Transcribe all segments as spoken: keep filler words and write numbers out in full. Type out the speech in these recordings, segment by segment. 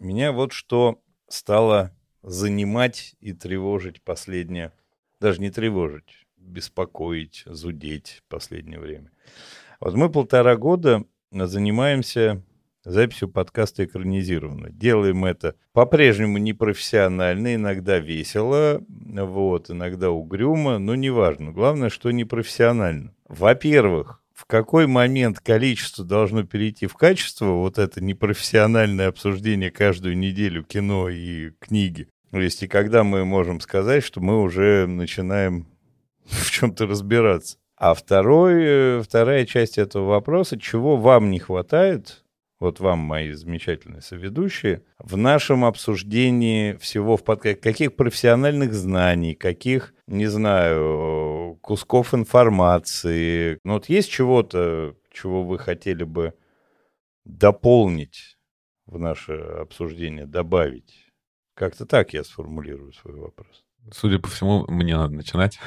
Меня вот что стало занимать и тревожить последнее, даже не тревожить, беспокоить, зудеть в последнее время. Вот мы полтора года занимаемся записью подкаста экранизированно. Делаем это по-прежнему непрофессионально, иногда весело, вот, иногда угрюмо, но неважно. Главное, что непрофессионально. Во-первых, в какой момент количество должно перейти в качество, вот это непрофессиональное обсуждение каждую неделю кино и книги. То есть, и когда мы можем сказать, что мы уже начинаем в чем-то разбираться. А второй, вторая часть этого вопроса, чего вам не хватает, вот вам, мои замечательные соведущие, в нашем обсуждении всего в подкасте, каких профессиональных знаний, каких, не знаю, кусков информации. Ну вот есть чего-то, чего вы хотели бы дополнить в наше обсуждение, добавить? Как-то так я сформулирую свой вопрос. Судя по всему, мне надо начинать.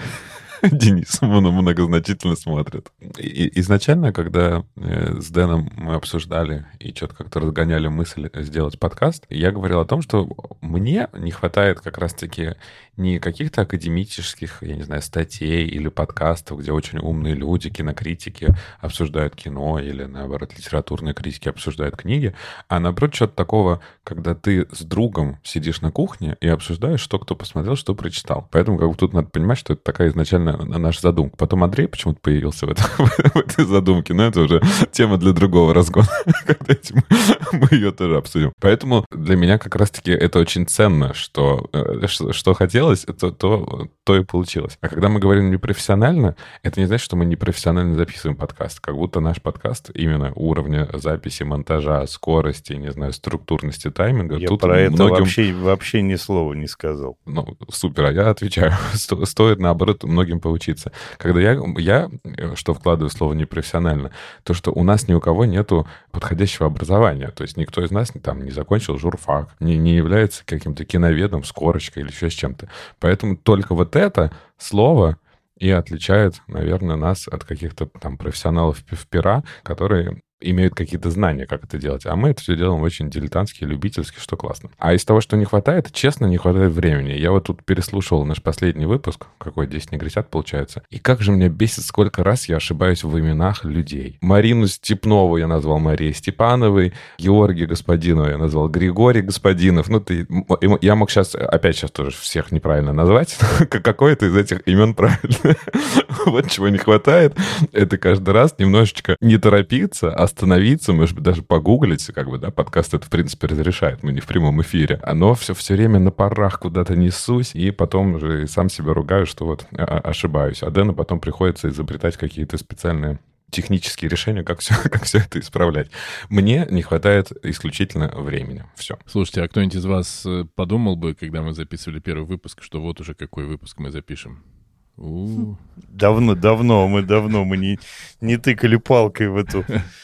Денис многозначительно смотрит. И, изначально, когда э, с Дэном мы обсуждали и что-то как-то разгоняли мысль сделать подкаст, я говорил о том, что мне не хватает как раз-таки не каких-то академических, я не знаю, статей или подкастов, где очень умные люди, кинокритики обсуждают кино или, наоборот, литературные критики обсуждают книги, а наоборот, что-то такого, когда ты с другом сидишь на кухне и обсуждаешь, что кто посмотрел, что прочитал. Поэтому как бы тут надо понимать, что это такая изначально наша задумка. Потом Андрей почему-то появился в, это, в этой задумке, но это уже тема для другого разгона. Когда-нибудь мы ее тоже обсудим. Поэтому для меня как раз-таки это очень ценно, что, что хотелось, то, то, то и получилось. А когда мы говорим непрофессионально, это не значит, что мы непрофессионально записываем подкаст. Как будто наш подкаст именно уровня записи, монтажа, скорости, не знаю, структурности тайминга. Я тут про это многим... вообще, вообще ни слова не сказал. Ну, супер, а я отвечаю. Сто, стоит, наоборот, многим поучиться. Когда я, я, что вкладываю слово непрофессионально, то, что у нас ни у кого нету подходящего образования. То есть никто из нас там не закончил журфак, не, не является каким-то киноведом с корочкой или еще с чем-то. Поэтому только вот это слово и отличает, наверное, нас от каких-то там профессионалов в пера, которые имеют какие-то знания, как это делать. А мы это все делаем очень дилетантски, любительски, что классно. А из того, что не хватает, честно, не хватает времени. Я вот тут переслушивал наш последний выпуск, какой десять негритят получается, и как же меня бесит, сколько раз я ошибаюсь в именах людей. Марину Степнову я назвал Марией Степановой, Георгия Господинова я назвал Григорий Господинов. Ну, ты, я мог сейчас, опять сейчас тоже всех неправильно назвать, какое-то из этих имен правильно. Вот чего не хватает, это каждый раз немножечко не торопиться, а остановиться, может быть, даже погуглить, как бы, да, подкаст это, в принципе, разрешает, мы не в прямом эфире. Оно все, все время на парах куда-то несусь, и потом уже сам себя ругаю, что вот ошибаюсь. А Дэну потом приходится изобретать какие-то специальные технические решения, как все, как все это исправлять. Мне не хватает исключительно времени. Все. Слушайте, а кто-нибудь из вас подумал бы, когда мы записывали первый выпуск, что вот уже какой выпуск мы запишем? У-у-у. Давно, давно, мы давно, мы не, не тыкали палкой в эту...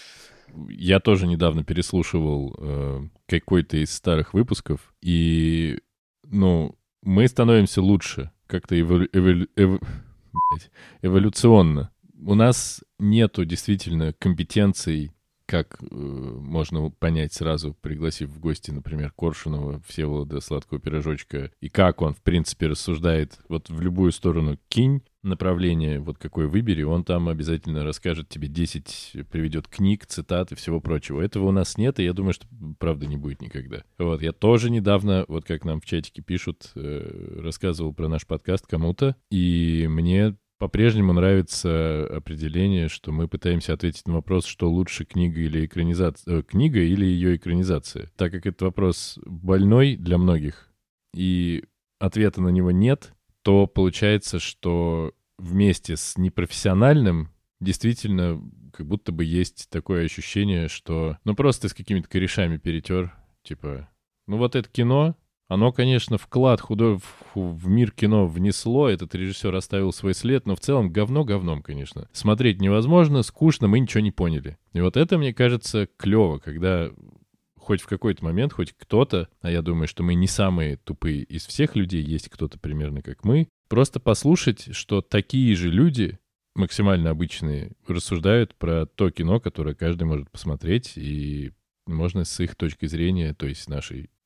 Я тоже недавно переслушивал э, какой-то из старых выпусков, и, ну, мы становимся лучше, как-то эволю... эволю... эв... Блять, эволюционно. У нас нету действительно компетенций, как э, можно понять сразу, пригласив в гости, например, Коршунова, Всеволода Сладкого Пирожочка, и как он, в принципе, рассуждает вот в любую сторону кинь, направление, вот какое выбери, он там обязательно расскажет тебе десять, приведет книг, цитат и всего прочего. Этого у нас нет, и я думаю, что правда не будет никогда. Вот, я тоже недавно, вот как нам в чатике пишут, э, рассказывал про наш подкаст кому-то, и мне по-прежнему нравится определение, что мы пытаемся ответить на вопрос, что лучше, книга или экранизация, э, книга или ее экранизация. Так как этот вопрос больной для многих, и ответа на него нет, то получается, что вместе с непрофессиональным действительно как будто бы есть такое ощущение, что ну просто с какими-то корешами перетер, типа, ну вот это кино, оно, конечно, вклад худой в, в мир кино внесло, этот режиссер оставил свой след, но в целом говно говном, конечно. Смотреть невозможно, скучно, мы ничего не поняли. И вот это, мне кажется, клево, когда хоть в какой-то момент, хоть кто-то, а я думаю, что мы не самые тупые из всех людей, есть кто-то примерно как мы, просто послушать, что такие же люди, максимально обычные, рассуждают про то кино, которое каждый может посмотреть, и можно с их точки зрения, то есть нашей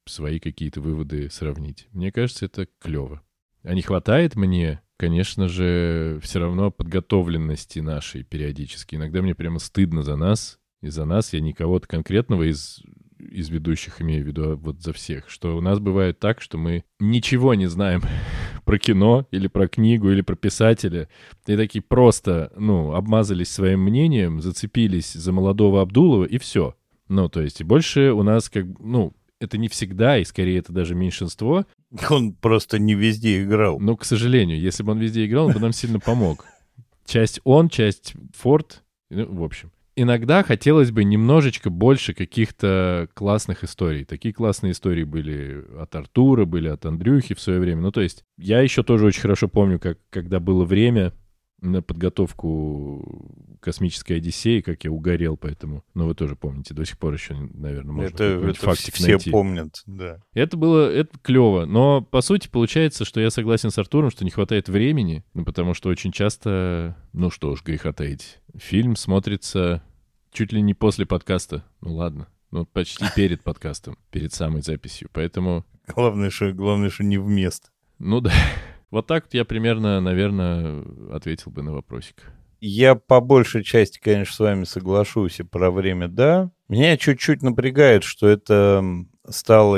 свои какие-то выводы сравнить. Мне кажется, это клево. А не хватает мне, конечно же, все равно подготовленности нашей периодически. Иногда мне прямо стыдно за нас, и за нас я не кого-то конкретного из, из ведущих имею в виду, а вот за всех. Что у нас бывает так, что мы ничего не знаем про кино, или про книгу, или про писателя. И такие просто, ну, обмазались своим мнением, зацепились за молодого Абдулова, и все. Ну, то есть, и больше у нас, как, ну, это не всегда, и скорее это даже меньшинство. Он просто не везде играл. Но, к сожалению, если бы он везде играл, он бы нам сильно помог. Часть он, часть Форд, ну, в общем. Иногда хотелось бы немножечко больше каких-то классных историй. Такие классные истории были от Артура, были от Андрюхи в свое время. Ну, то есть я еще тоже очень хорошо помню, как, когда было время на подготовку «Космической Одиссеи», как я угорел по этому. Ну, вы тоже помните, до сих пор еще, наверное, можно это, какой-нибудь это фактик все найти. помнят, да. Это было, это клево, но, по сути, получается, что я согласен с Артуром, что не хватает времени, ну, потому что очень часто, ну что уж греха таить, фильм смотрится чуть ли не после подкаста. Ну, ладно, ну, почти перед подкастом, перед самой записью, поэтому... Главное, что, главное, что не вместо. Ну, да. Вот так вот я примерно, наверное, ответил бы на вопросик. Я по большей части, конечно, с вами соглашусь, и про время, да. Меня чуть-чуть напрягает, что это стало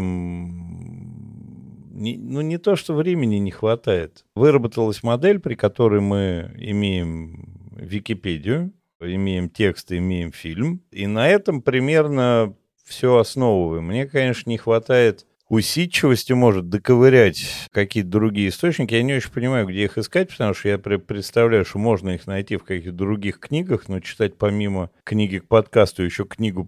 неким... Не, ну, не то, что времени не хватает. Выработалась модель, при которой мы имеем Википедию, имеем текст, имеем фильм, и на этом примерно все основываем. Мне, конечно, не хватает усидчивости, может доковырять какие-то другие источники. Я не очень понимаю, где их искать, потому что я представляю, что можно их найти в каких-то других книгах, но читать помимо книги к подкасту еще книгу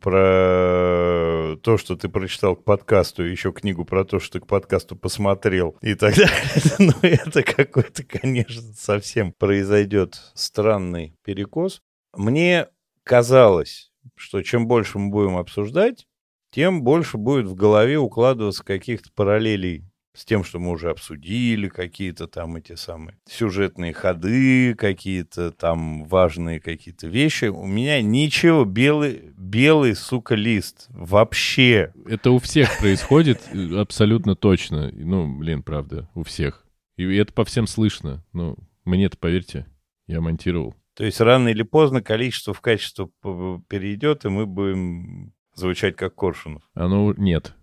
про то, что ты прочитал к подкасту, еще книгу про то, что ты к подкасту посмотрел и так далее. Ну, это какой-то, конечно, совсем произойдет странный перекос. Мне казалось, что чем больше мы будем обсуждать, тем больше будет в голове укладываться каких-то параллелей с тем, что мы уже обсудили, какие-то там эти самые сюжетные ходы, какие-то там важные какие-то вещи. У меня ничего, белый, белый, сука, лист. Вообще. Это у всех происходит абсолютно точно. Ну, блин, правда, у всех. И это по всем слышно. Ну, мне-то, поверьте, я монтировал. То есть рано или поздно количество в качество перейдет, и мы будем... звучать как Коршунов. А ну, нет.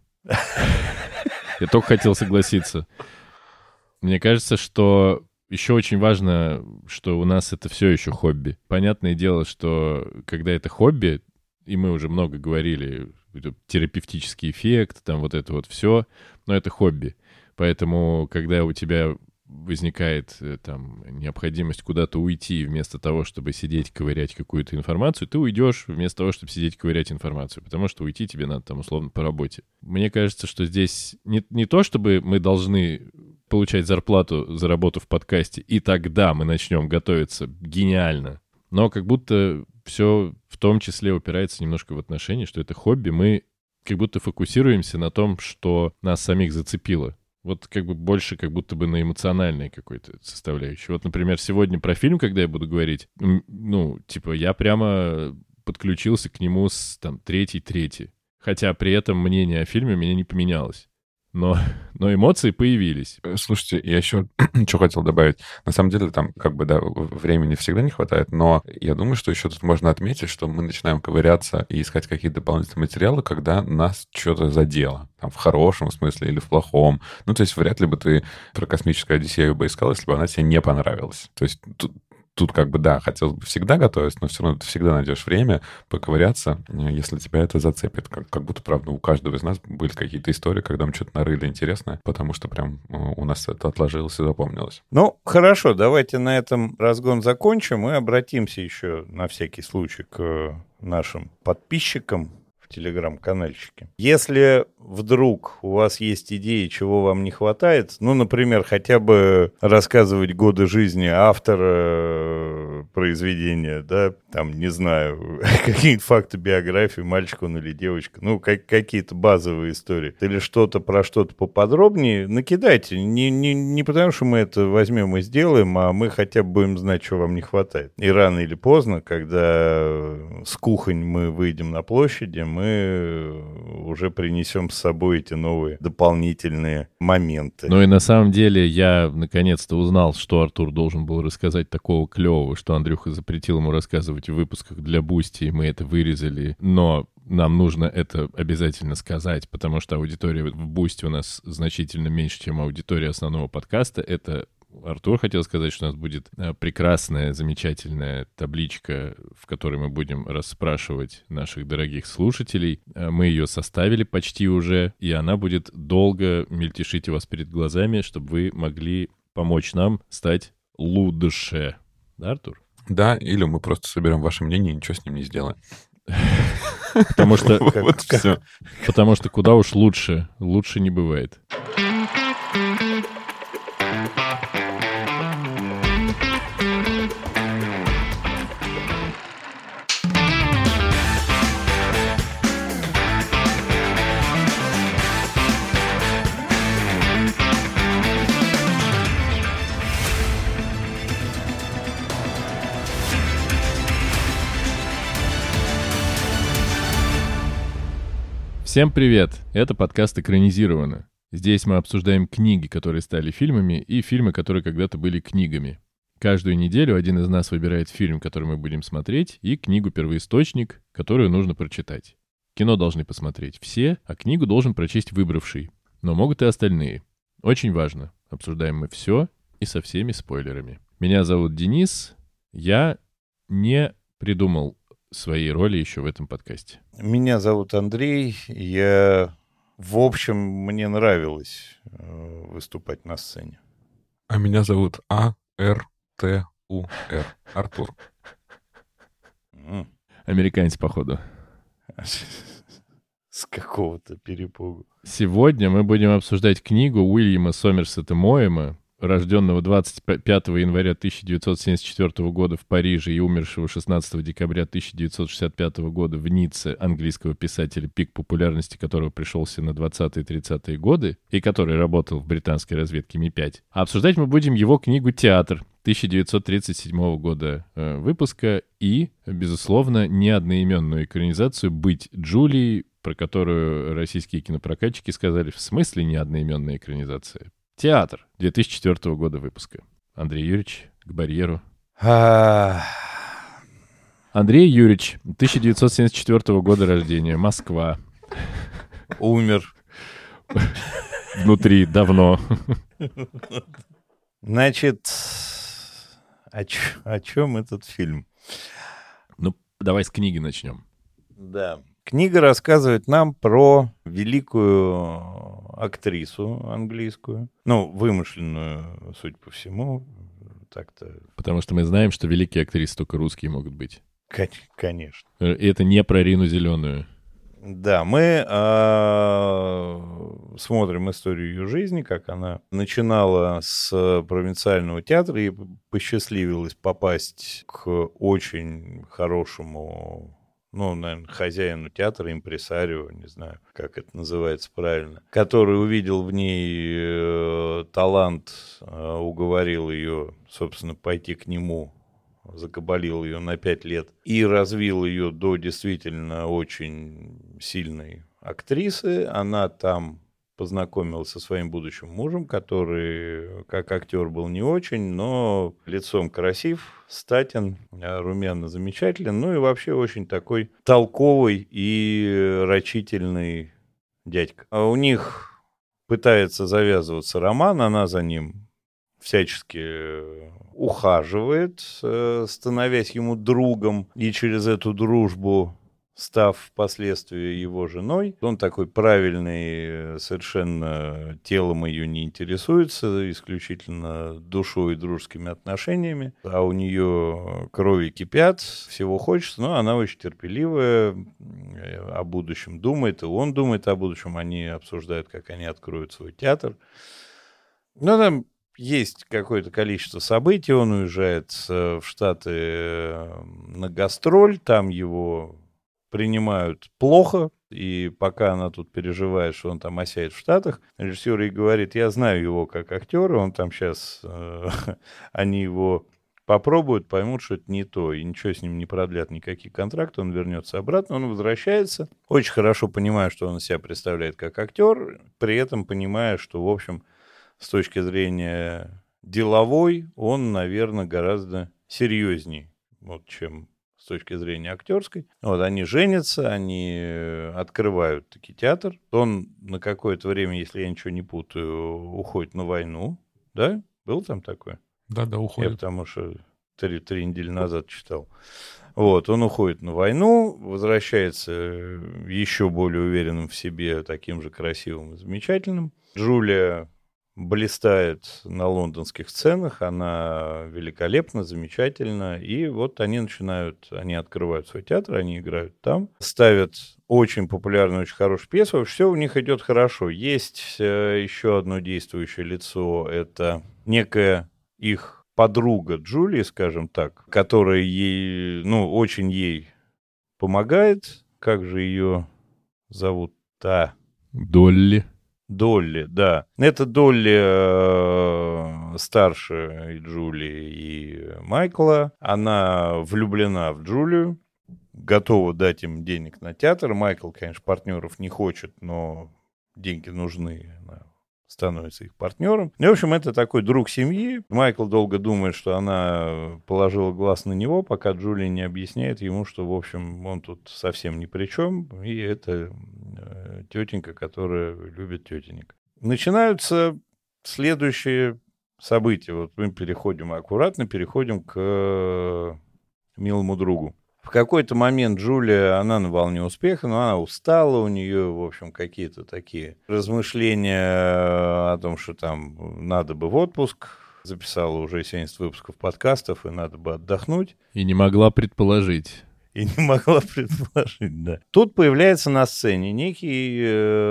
Я только хотел согласиться. Мне кажется, что еще очень важно, что у нас это все еще хобби. Понятное дело, что когда это хобби, и мы уже много говорили, терапевтический эффект, там вот это вот все, но это хобби. Поэтому, когда у тебя возникает там необходимость куда-то уйти вместо того, чтобы сидеть ковырять какую-то информацию, ты уйдешь вместо того, чтобы сидеть ковырять информацию, потому что уйти тебе надо там условно по работе. Мне кажется, что здесь не, не то, чтобы мы должны получать зарплату за работу в подкасте, и тогда мы начнем готовиться гениально, но как будто все в том числе упирается немножко в отношения, что это хобби, мы как будто фокусируемся на том, что нас самих зацепило. Вот как бы больше как будто бы на эмоциональной какой-то составляющей. Вот, например, сегодня про фильм, когда я буду говорить, ну, типа, я прямо подключился к нему с, там, третий-третий. Хотя при этом мнение о фильме у меня не поменялось. Но, но эмоции появились. Слушайте, я еще что хотел добавить. На самом деле там как бы, да, времени всегда не хватает, но я думаю, что еще тут можно отметить, что мы начинаем ковыряться и искать какие-то дополнительные материалы, когда нас что-то задело. Там в хорошем смысле или в плохом. Ну, то есть вряд ли бы ты про «Космическую Одиссею» бы искал, если бы она тебе не понравилась. То есть тут... Тут как бы, да, хотелось бы всегда готовиться, но все равно ты всегда найдешь время поковыряться, если тебя это зацепит. Как, как будто, правда, у каждого из нас были какие-то истории, когда мы что-то нарыли интересное, потому что прям у нас это отложилось и запомнилось. Ну, хорошо, давайте на этом разгон закончим и обратимся еще на всякий случай к нашим подписчикам в телеграм-канальчике. Если вдруг у вас есть идеи, чего вам не хватает, ну, например, хотя бы рассказывать годы жизни автора произведения, да, там, не знаю, какие-то факты биографии, мальчик он или девочка, ну, как, какие-то базовые истории, или что-то про что-то поподробнее, накидайте. Не, не, не потому, что мы это возьмем и сделаем, а мы хотя бы будем знать, что вам не хватает. И рано или поздно, когда с кухонь мы выйдем на площади, мы уже принесем с собой эти новые дополнительные моменты. Ну и на самом деле я наконец-то узнал, что Артур должен был рассказать такого клевого, что Андрюха запретил ему рассказывать в выпусках для Бусти, и мы это вырезали. Но нам нужно это обязательно сказать, потому что аудитория в Бусти у нас значительно меньше, чем аудитория основного подкаста. Это Артур хотел сказать, что у нас будет прекрасная, замечательная табличка, в которой мы будем расспрашивать наших дорогих слушателей. Мы ее составили почти уже, и она будет долго мельтешить у вас перед глазами, чтобы вы могли помочь нам стать лучше. Да, Артур? Да, или мы просто соберем ваше мнение и ничего с ним не сделаем. Потому что, вот все. Потому что куда уж лучше. Лучше не бывает. Всем привет! Это подкаст «Экранизировано». Здесь мы обсуждаем книги, которые стали фильмами, и фильмы, которые когда-то были книгами. Каждую неделю один из нас выбирает фильм, который мы будем смотреть, и книгу-первоисточник, которую нужно прочитать. Кино должны посмотреть все, а книгу должен прочесть выбравший. Но могут и остальные. Очень важно. Обсуждаем мы все и со всеми спойлерами. Меня зовут Денис. Я не придумал своей роли еще в этом подкасте. Меня зовут Андрей. Я, в общем, мне нравилось э, выступать на сцене. А меня зовут А. Р. Т. У. Р. Артур. Mm. Американец, походу. С какого-то перепугу. Сегодня мы будем обсуждать книгу Уильяма Сомерсета Моэма, рожденного двадцать пятого января тысяча девятьсот семьдесят четвёртого года в Париже и умершего шестнадцатого декабря тысяча девятьсот шестьдесят пятого года в Ницце, английского писателя, пик популярности которого пришелся на двадцатые-тридцатые годы, и который работал в британской разведке Ми пять. А обсуждать мы будем его книгу «Театр» тысяча девятьсот тридцать седьмого года э, выпуска и, безусловно, не одноименную экранизацию «Быть Джулией», про которую российские кинопрокатчики сказали, в смысле не одноименная экранизация. «Театр» две тысячи четвёртого года выпуска. Андрей Юрьевич, к барьеру. Андрей Юрьевич, тысяча девятьсот семьдесят четвёртого года рождения, Москва. Умер. Внутри, давно. Значит, о, ч- о чем этот фильм? Ну, давай с книги начнем. Да. Книга рассказывает нам про великую актрису английскую, ну, вымышленную, судя по всему, так-то... Потому что мы знаем, что великие актрисы только русские могут быть. Кон- конечно. И это не про Рину Зеленую. Да, мы э, смотрим историю ее жизни, как она начинала с провинциального театра и посчастливилась попасть к очень хорошему... ну, наверное, хозяину театра, импресарио, не знаю, как это называется правильно, который увидел в ней э, талант, э, уговорил ее, собственно, пойти к нему, закабалил ее на пять лет и развил ее до действительно очень сильной актрисы. Она там познакомилась со своим будущим мужем, который как актер был не очень, но лицом красив, статен, румяно замечателен, ну и вообще очень такой толковый и рачительный дядька. А у них пытается завязываться роман, она за ним всячески ухаживает, становясь ему другом, и через эту дружбу став впоследствии его женой. Он такой правильный, совершенно телом ее не интересуется, исключительно душой и дружескими отношениями. А у нее крови кипят, всего хочется, но она очень терпеливая, о будущем думает, и он думает о будущем. Они обсуждают, как они откроют свой театр. Ну, там есть какое-то количество событий, он уезжает в Штаты на гастроль, там его принимают плохо, и пока она тут переживает, что он там осяет в Штатах, режиссер ей говорит, я знаю его как актера, он там сейчас, э, они его попробуют, поймут, что это не то, и ничего с ним не продлят, никакие контракты, он вернется обратно, он возвращается, очень хорошо понимая, что он себя представляет как актер, при этом понимая, что, в общем, с точки зрения деловой, он, наверное, гораздо серьезней, вот, чем с точки зрения актерской. Вот они женятся, они открывают таки театр. Он на какое-то время, если я ничего не путаю, уходит на войну. Да? Было там такое? Да-да, уходит. Я потому что три, три недели назад читал. Вот, он уходит на войну, возвращается еще более уверенным в себе, таким же красивым и замечательным. Джулия блистает на лондонских сценах, она великолепна, замечательна, и вот они начинают, они открывают свой театр, они играют там, ставят очень популярную, очень хорошую пьесу, все у них идет хорошо. Есть э, еще одно действующее лицо, это некая их подруга Джулии, скажем так, которая ей, ну, очень ей помогает. Как же ее зовут-то? Долли. Долли, да. Это Долли э, старше и Джулии, и Майкла. Она влюблена в Джулию, готова дать им денег на театр. Майкл, конечно, партнеров не хочет, но деньги нужны. Она становится их партнером. И, в общем, это такой друг семьи. Майкл долго думает, что она положила глаз на него, пока Джулия не объясняет ему, что, в общем, он тут совсем ни при чем, и это э, тетенька, которая любит тетенек. Начинаются следующие события. Вот мы переходим, аккуратно переходим к э, милому другу. В какой-то момент Джулия, она на волне успеха, но она устала, у нее, в общем, какие-то такие размышления о том, что там надо бы в отпуск, записала уже семьдесят выпусков подкастов, и надо бы отдохнуть. И не могла предположить. И не могла предположить, да. Тут появляется на сцене некий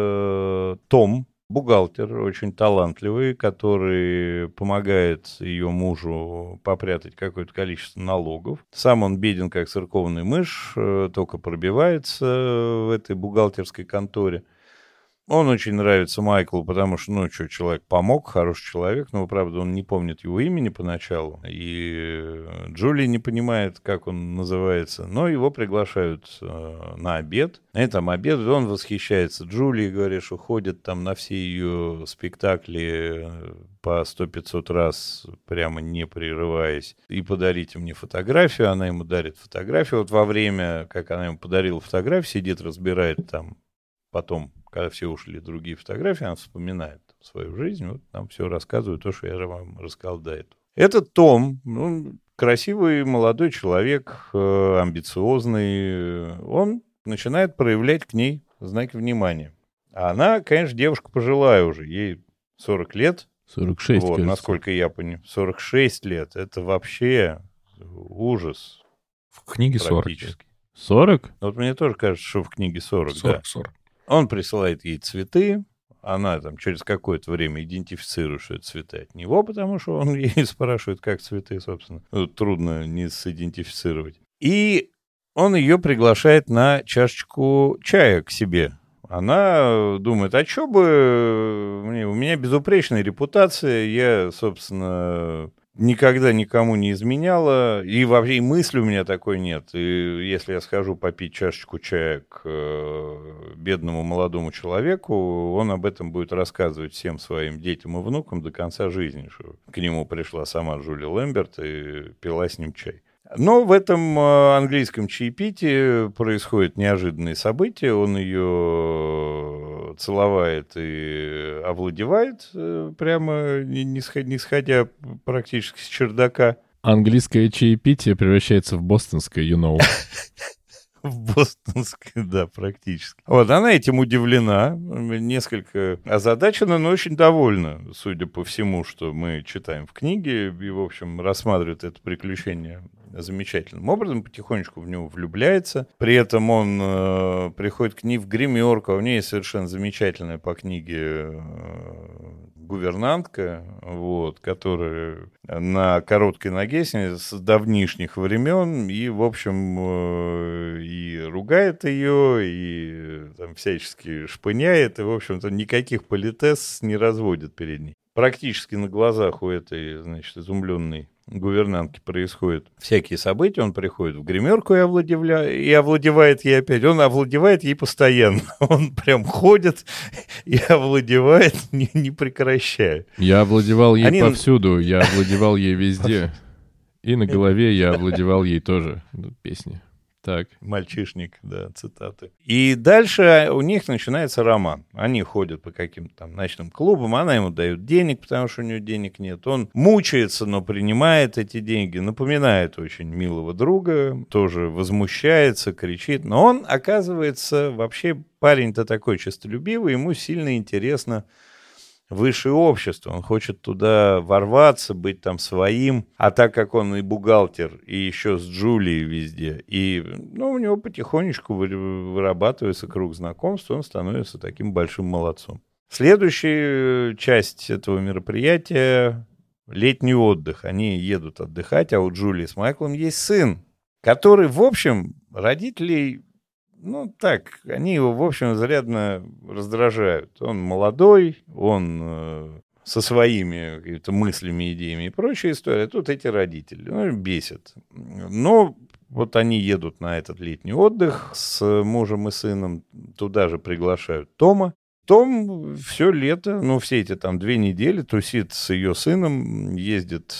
э, Том, бухгалтер, очень талантливый, который помогает ее мужу попрятать какое-то количество налогов. Сам он беден, как церковный мышь, только пробивается в этой бухгалтерской конторе. Он очень нравится Майклу, потому что, ну, что, человек помог, хороший человек, но, правда, он не помнит его имени поначалу, и Джулия не понимает, как он называется, но его приглашают э, на обед. На этом обеде он восхищается Джулией, говорит, что ходит там на все ее спектакли по сто-пятьсот раз, прямо не прерываясь, и подарите мне фотографию. Она ему дарит фотографию. Вот во время, как она ему подарила фотографию, сидит, разбирает там потом, когда все ушли, другие фотографии, она вспоминает свою жизнь, вот нам все рассказывает то, что я вам рассказал до этого. Этот Том, ну, красивый молодой человек, э, амбициозный, он начинает проявлять к ней знаки внимания. А она, конечно, девушка пожилая уже, ей сорок лет. сорок шесть, вот, кажется. насколько я понимаю. сорок шесть лет, это вообще ужас. В книге сорок. Практически. сорок? Вот мне тоже кажется, что в книге сорок, сорок, да. сорок. Он присылает ей цветы, она там через какое-то время идентифицирует, что это цветы от него, потому что он ей спрашивает, как цветы, собственно. Тут трудно не сидентифицировать. И он ее приглашает на чашечку чая к себе. Она думает, а что бы... Мне, у меня безупречная репутация, я, собственно... никогда никому не изменяла, и вообще и мысли у меня такой нет. И если я схожу попить чашечку чая к э, бедному молодому человеку, он об этом будет рассказывать всем своим детям и внукам до конца жизни, что к нему пришла сама Джулия Лэмберт и пила с ним чай. Но в этом английском чаепитии происходят неожиданные события. Он ее целовает и овладевает, прямо не сходя практически с чердака. Английское чаепитие превращается в бостонское, you know. В бостонское, да, практически. Вот, она этим удивлена, несколько озадачена, но очень довольна, судя по всему, что мы читаем в книге, и, в общем, рассматривает это приключение замечательным образом, потихонечку в него влюбляется. При этом он э, приходит к ней в гримерку, а у нее есть совершенно замечательная по книге э, гувернантка, вот, которая на короткой ноге с, ней с давнишних времен, и, в общем, э, и ругает ее, и там всячески шпыняет, и, в общем-то, никаких политесс не разводит перед ней. Практически на глазах у этой, значит, изумленной гувернантки происходят всякие события. Он приходит в гримерку и, овладевля... и овладевает ей опять. Он овладевает ей постоянно. Он прям ходит и овладевает, не, не прекращая. Я овладевал ей Они... повсюду, я овладевал ей везде. И на голове я овладевал ей тоже. Песни. Так. Мальчишник, да, цитаты. И дальше у них начинается роман. Они ходят по каким-то там ночным клубам, она ему дает денег, потому что у нее денег нет. Он мучается, но принимает эти деньги, напоминает очень милого друга, тоже возмущается, кричит. Но он, оказывается, вообще парень-то такой честолюбивый, ему сильно интересно высшее общество, он хочет туда ворваться, быть там своим, а так как он и бухгалтер, и еще с Джулией везде, и ну, у него потихонечку вырабатывается круг знакомств, он становится таким большим молодцом. Следующая часть этого мероприятия — летний отдых. Они едут отдыхать, а у Джулии с Майклом есть сын, который, в общем, родителей... Ну, так, они его, в общем, изрядно раздражают. Он молодой, он э, со своими какими-то мыслями, идеями и прочая история. Тут эти родители, ну, бесят. Но вот они едут на этот летний отдых с мужем и сыном. Туда же приглашают Тома. Том все лето, ну, все эти там две недели тусит с ее сыном, ездит,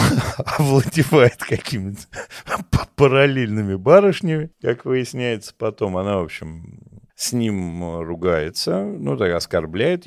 овладевает какими-то параллельными барышнями, как выясняется потом. Она, в общем, с ним ругается, ну, так оскорбляет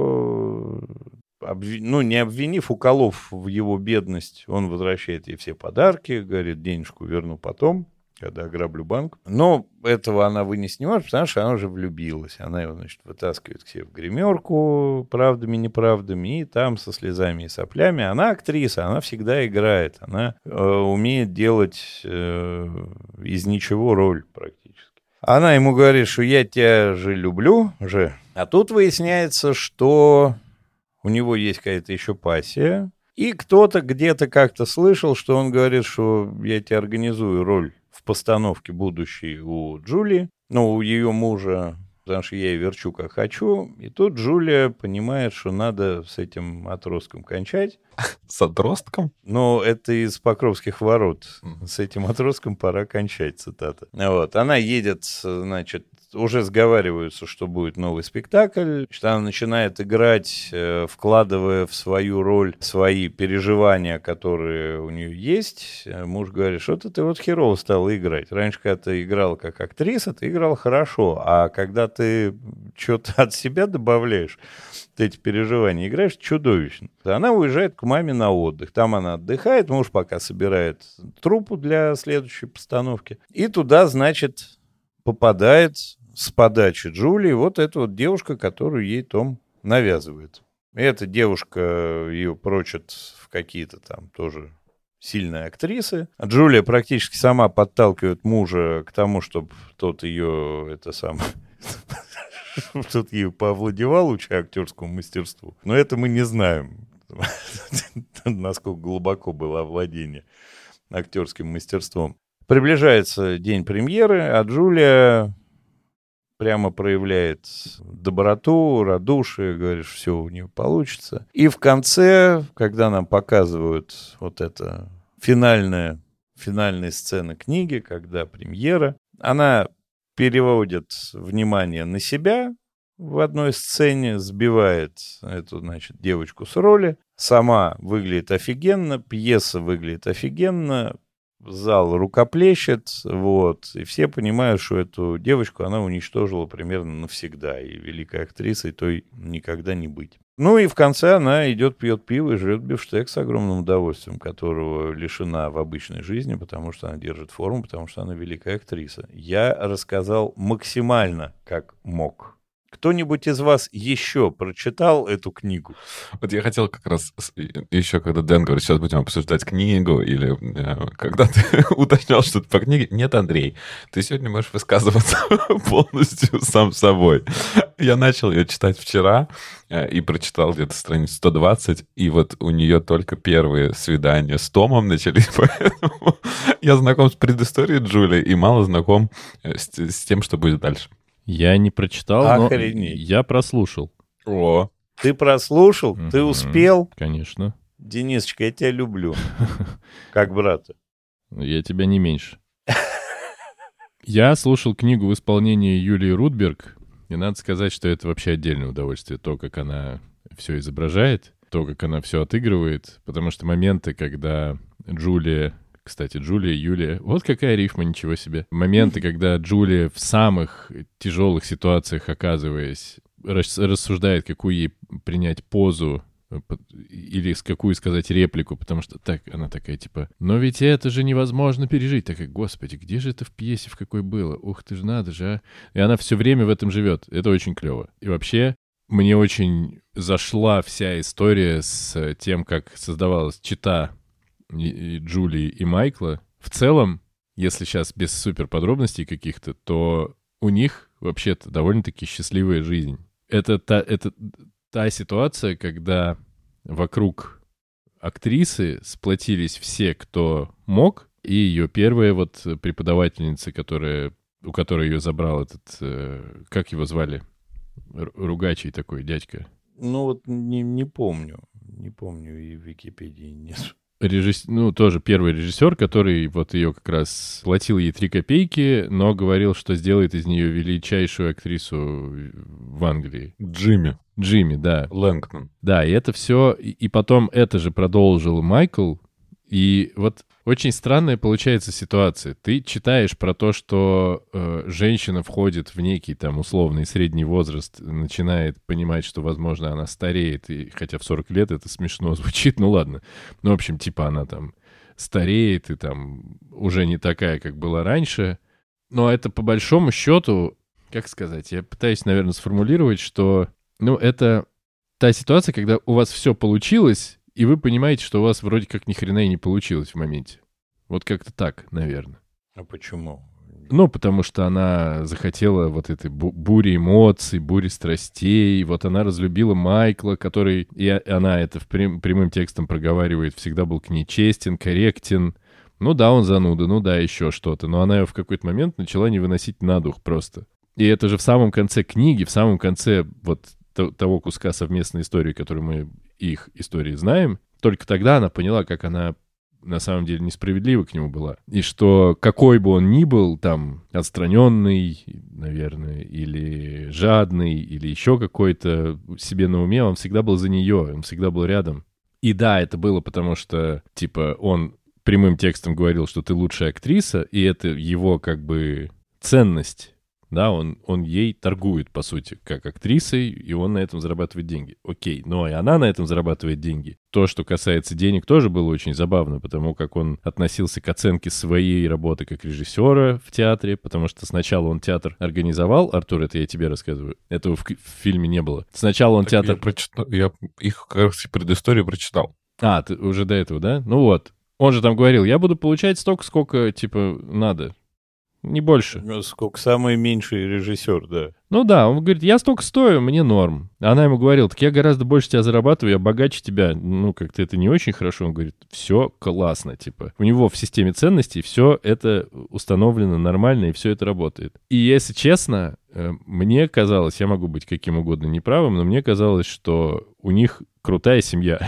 его, обви... ну, не обвинив, уколов в его бедность, он возвращает ей все подарки, говорит, денежку верну потом, когда ограблю банк. Но этого она вынести не может, потому что она уже влюбилась. Она его, значит, вытаскивает к себе в гримерку правдами, неправдами, и там со слезами и соплями. Она актриса, она всегда играет. Она э, умеет делать э, из ничего роль практически. Она ему говорит, что я тебя же люблю, же. А тут выясняется, что у него есть какая-то еще пассия, и кто-то где-то как-то слышал, что он говорит, что я тебе организую роль в постановке будущей у Джулии, ну, у ее мужа, потому что я ей верчу как хочу. И тут Джулия понимает, что надо с этим отростком кончать. С отростком? Ну, это из Покровских ворот. С этим отростком пора кончать, цитата. Вот. Она едет, значит, уже сговариваются, что будет новый спектакль, что она начинает играть, вкладывая в свою роль свои переживания, которые у нее есть. Муж говорит, что-то ты вот херово стала играть. Раньше, когда ты играла как актриса, ты играла хорошо, а когда ты что-то от себя добавляешь, ты эти переживания играешь чудовищно. Она уезжает к маме на отдых. Там она отдыхает, муж пока собирает труппу для следующей постановки. И туда, значит, попадает с подачи Джулии вот эта вот девушка, которую ей Том навязывает. И эта девушка ее прочит в какие-то там тоже сильные актрисы. А Джулия практически сама подталкивает мужа к тому, чтобы тот ее, это самое, тот ее поовладевал, уча актерскому мастерству. Но это мы не знаем, насколько глубоко было овладение актерским мастерством. Приближается день премьеры, а Джулия прямо проявляет доброту, радушие, говорит, что все у нее получится. И в конце, когда нам показывают вот это финальная, финальная сцена книги, когда премьера, она переводит внимание на себя в одной сцене, сбивает эту, значит, девочку с роли, сама выглядит офигенно, пьеса выглядит офигенно, зал рукоплещет, вот, и все понимают, что эту девочку она уничтожила примерно навсегда, и великой актрисой той никогда не быть. Ну и в конце она идет, пьет пиво и жрет бифштекс с огромным удовольствием, которого лишена в обычной жизни, потому что она держит форму, потому что она великая актриса. Я рассказал максимально, как мог. Кто-нибудь из вас еще прочитал эту книгу? Вот я хотел как раз еще, когда Дэн говорит, сейчас будем обсуждать книгу, или э, когда ты уточнял что-то по книге. Нет, Андрей, ты сегодня можешь высказываться полностью сам собой. Я начал ее читать вчера э, и прочитал где-то страниц сто двадцать, и вот у нее только первые свидания с Томом начались, поэтому я знаком с предысторией Джулии и мало знаком с, с тем, что будет дальше. Я не прочитал, Охренеть. но я прослушал. О, Ты прослушал? Мгм. Ты успел? Конечно. Денисочка, я тебя люблю. Как брата. Я тебя не меньше. Я слушал книгу в исполнении Юлии Рудберг, и надо сказать, что это вообще отдельное удовольствие. То, как она все изображает, то, как она все отыгрывает. Потому что моменты, когда Джулия... Кстати, Джулия, Юлия. Вот какая рифма, ничего себе. Моменты, когда Джулия в самых тяжелых ситуациях, оказываясь, рас- рассуждает, какую ей принять позу или с какую сказать реплику, потому что так она такая, типа, но ведь это же невозможно пережить. Такая, господи, где же это в пьесе, в какой было? Ух ты ж, надо же, а. И она все время в этом живет. Это очень клево. И вообще, мне очень зашла вся история с тем, как создавалась чита и Джулии и Майкла. В целом, если сейчас без супер подробностей каких-то, то у них вообще-то довольно-таки счастливая жизнь. Это та, это та ситуация, когда вокруг актрисы сплотились все, кто мог, и ее первая вот преподавательница, которая, у которой ее забрал этот, э, как его звали, Р- ругачий такой дядька. Ну вот не, не помню. Не помню, и в Википедии нет. Режисс... Ну, тоже первый режиссер, который вот ее как раз платил ей три копейки, но говорил, что сделает из нее величайшую актрису в Англии. Джимми Джимми, да. Лэнгтон. Да, и это все... И и потом это же продолжил Майкл. И вот очень странная получается ситуация. Ты читаешь про то, что э, женщина входит в некий там условный средний возраст, начинает понимать, что, возможно, она стареет, и хотя в сорок лет это смешно звучит, ну ладно. Ну, в общем, типа она там стареет и там уже не такая, как была раньше. Но это по большому счету, как сказать, я пытаюсь, наверное, сформулировать, что, ну, это та ситуация, когда у вас все получилось, и вы понимаете, что у вас вроде как ни хрена и не получилось в моменте. Вот как-то так, наверное. А почему? Ну, потому что она захотела вот этой бу- бури эмоций, бури страстей. Вот она разлюбила Майкла, который, и а- она это в прям- прямым текстом проговаривает, всегда был к ней честен, корректен. Ну да, он зануда, ну да, еще что-то. Но она ее в какой-то момент начала не выносить на дух просто. И это же в самом конце книги, в самом конце вот то- того куска совместной истории, которую мы их истории знаем, только тогда она поняла, как она на самом деле несправедлива к нему была. И что какой бы он ни был, там, отстраненный, наверное, или жадный, или еще какой-то себе на уме, он всегда был за нее, он всегда был рядом. И да, это было потому, что, типа, он прямым текстом говорил, что ты лучшая актриса, и это его, как бы, ценность. Да, он, он ей торгует, по сути, как актрисой, и он на этом зарабатывает деньги. Окей, но и она на этом зарабатывает деньги. То, что касается денег, тоже было очень забавно, потому как он относился к оценке своей работы как режиссера в театре, потому что сначала он театр организовал, Артур, это я тебе рассказываю, этого в, в фильме не было. Сначала он Так театр... Я, прочитал, я их, как раз, предысторию прочитал. А, ты уже до этого, да? Ну вот. Он же там говорил, я буду получать столько, сколько, типа, надо. Не больше. Ну, сколько самый меньший режиссер, да. Ну да, он говорит, я столько стою, мне норм. Она ему говорила, так я гораздо больше тебя зарабатываю, я богаче тебя. Ну, как-то это не очень хорошо. Он говорит, все классно, типа. У него в системе ценностей все это установлено нормально, и все это работает. И если честно, мне казалось, я могу быть каким угодно неправым, но мне казалось, что у них крутая семья.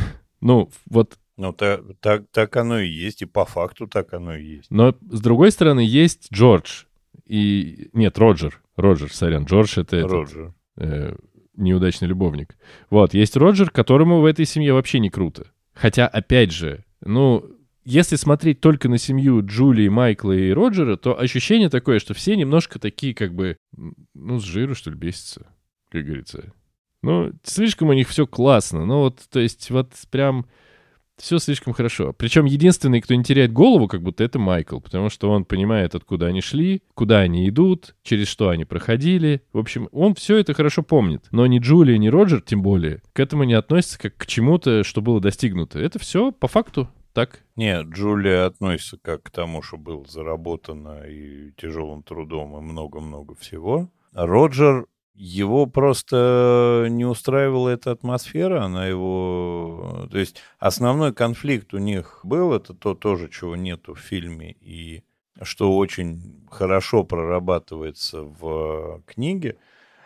Ну, вот... Ну, так, так, так оно и есть, и по факту так оно и есть. Но, с другой стороны, есть Джордж. И... Нет, Роджер. Роджер, сорян. Джордж — это Роджер. Этот, э, неудачный любовник. Вот, есть Роджер, которому в этой семье вообще не круто. Хотя, опять же, ну, если смотреть только на семью Джулии, Майкла и Роджера, то ощущение такое, что все немножко такие, как бы, ну, с жиру, что ли, бесятся, как говорится. Ну, слишком у них все классно. Ну, вот, то есть, вот прям... Все слишком хорошо. Причем единственный, кто не теряет голову, как будто это Майкл, потому что он понимает, откуда они шли, куда они идут, через что они проходили. В общем, он все это хорошо помнит. Но ни Джулия, ни Роджер, тем более, к этому не относятся как к чему-то, что было достигнуто. Это все по факту так. Нет, Джулия относится как к тому, что было заработано и тяжелым трудом, и много-много всего. А Роджер... Его просто не устраивала эта атмосфера, она его... То есть основной конфликт у них был, это то тоже, чего нету в фильме, и что очень хорошо прорабатывается в книге,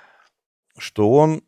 что он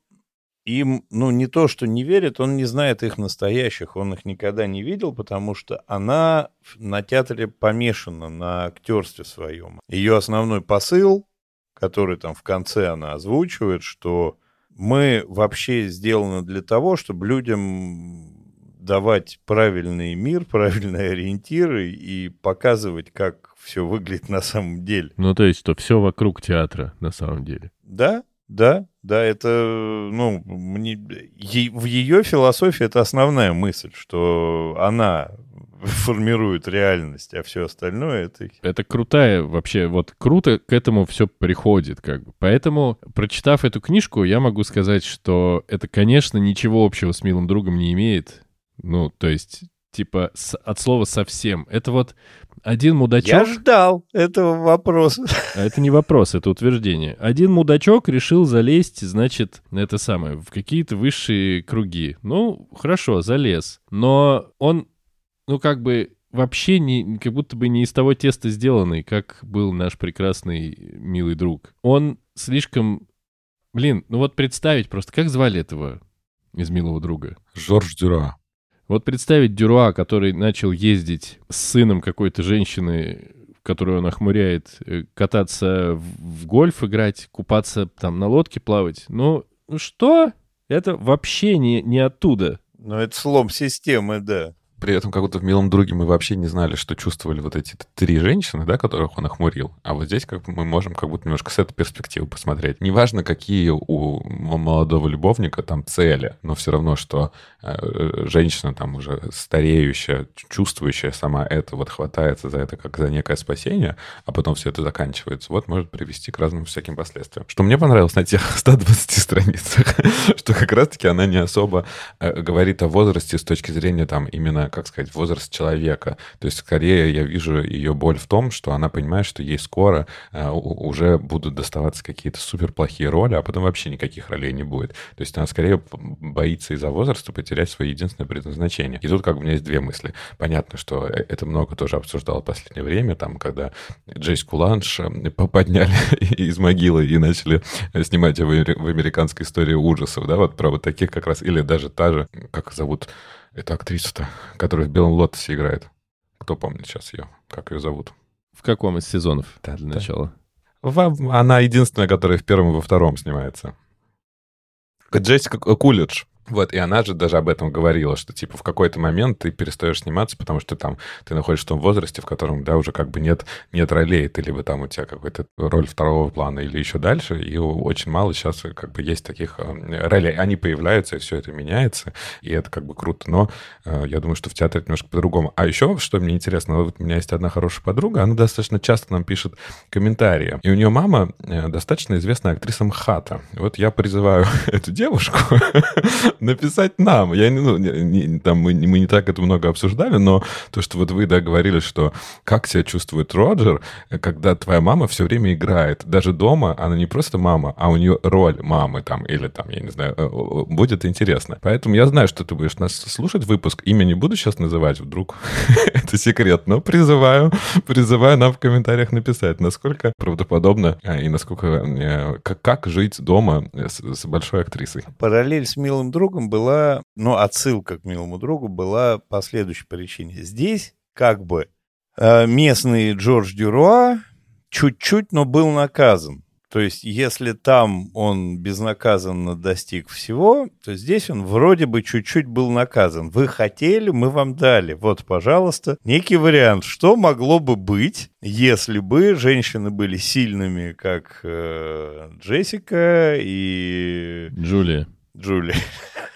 им, ну, не то, что не верит, он не знает их настоящих, он их никогда не видел, потому что она на театре помешана, на актерстве своем. Ее основной посыл, который там в конце она озвучивает, что мы вообще сделаны для того, чтобы людям давать правильный мир, правильные ориентиры и показывать, как все выглядит на самом деле. Ну, то есть, что все вокруг театра на самом деле. Да, да, да, это, ну, мне, е, в ее философии это основная мысль, что она формирует реальность, а все остальное это... Это крутая вообще, вот круто к этому все приходит, как бы. Поэтому, прочитав эту книжку, я могу сказать, что это, конечно, ничего общего с «Милым другом» не имеет. Ну, то есть, типа, с, от слова «совсем». Это вот один мудачок... Я ждал этого вопроса. А это не вопрос, это утверждение. Один мудачок решил залезть, значит, это самое, в какие-то высшие круги. Ну, хорошо, залез. Но он... Ну, как бы вообще не, как будто бы не из того теста сделанный, как был наш прекрасный милый друг. Он слишком... Блин, ну вот представить просто, как звали этого из «Милого друга»? Жорж Дюруа. Вот представить Дюруа, который начал ездить с сыном какой-то женщины, которую он охмуряет, кататься в, в гольф играть, купаться там на лодке плавать. Ну, что? Это вообще не, не оттуда. Ну, это слом системы, да. При этом как будто в «Милом друге» мы вообще не знали, что чувствовали вот эти три женщины, да, которых он охмурил. А вот здесь как бы мы можем как будто немножко с этой перспективы посмотреть. Неважно, какие у молодого любовника там цели, но все равно, что э, женщина там уже стареющая, чувствующая сама это, вот хватается за это как за некое спасение, а потом все это заканчивается. Вот может привести к разным всяким последствиям. Что мне понравилось на тех ста двадцати страницах, что как раз-таки она не особо э, говорит о возрасте с точки зрения там именно, как сказать, возраст человека. То есть, скорее, я вижу ее боль в том, что она понимает, что ей скоро э, уже будут доставаться какие-то суперплохие роли, а потом вообще никаких ролей не будет. То есть, она скорее боится из-за возраста потерять свое единственное предназначение. И тут как бы у меня есть две мысли. Понятно, что это много тоже обсуждало в последнее время, там, когда Джессику Ланж подняли из могилы и начали снимать в американской истории ужасов, да, вот про вот таких как раз, или даже та же, как зовут эту актрису-то, которая в «Белом лотосе» играет. Кто помнит сейчас ее? Как ее зовут? В каком из сезонов да, для да. начала? В, она единственная, которая в первом и во втором снимается. Джессика Кулидж. Вот, и она же даже об этом говорила, что, типа, в какой-то момент ты перестаешь сниматься, потому что там ты находишься в том возрасте, в котором, да, уже как бы нет, нет ролей, ты либо там у тебя какая-то роль второго плана или еще дальше, и очень мало сейчас как бы есть таких ролей. Они появляются, и все это меняется, и это как бы круто, но э, я думаю, что в театре это немножко по-другому. А еще, что мне интересно, вот у меня есть одна хорошая подруга, она достаточно часто нам пишет комментарии, и у нее мама э, достаточно известная актриса МХАТа. Вот я призываю эту девушку написать нам. Я не, ну, не, там мы, мы не так это много обсуждали, но то, что вот вы, да, говорили, что как себя чувствует Роджер, когда твоя мама все время играет. Даже дома она не просто мама, а у нее роль мамы там, или там, я не знаю, будет интересно. Поэтому я знаю, что ты будешь нас слушать выпуск. Имя не буду сейчас называть, вдруг это секрет, но призываю, призываю нам в комментариях написать, насколько правдоподобно и насколько, как, как жить дома с, с большой актрисой. Параллель с «Милым другом» была, ну, отсылка к «Милому другу» была по следующей причине. Здесь как бы э, местный Джордж Дюруа чуть-чуть, но был наказан. То есть если там он безнаказанно достиг всего, то здесь он вроде бы чуть-чуть был наказан. Вы хотели, мы вам дали. Вот, пожалуйста, некий вариант. Что могло бы быть, если бы женщины были сильными, как э, Джессика и... Джулия. Джулия.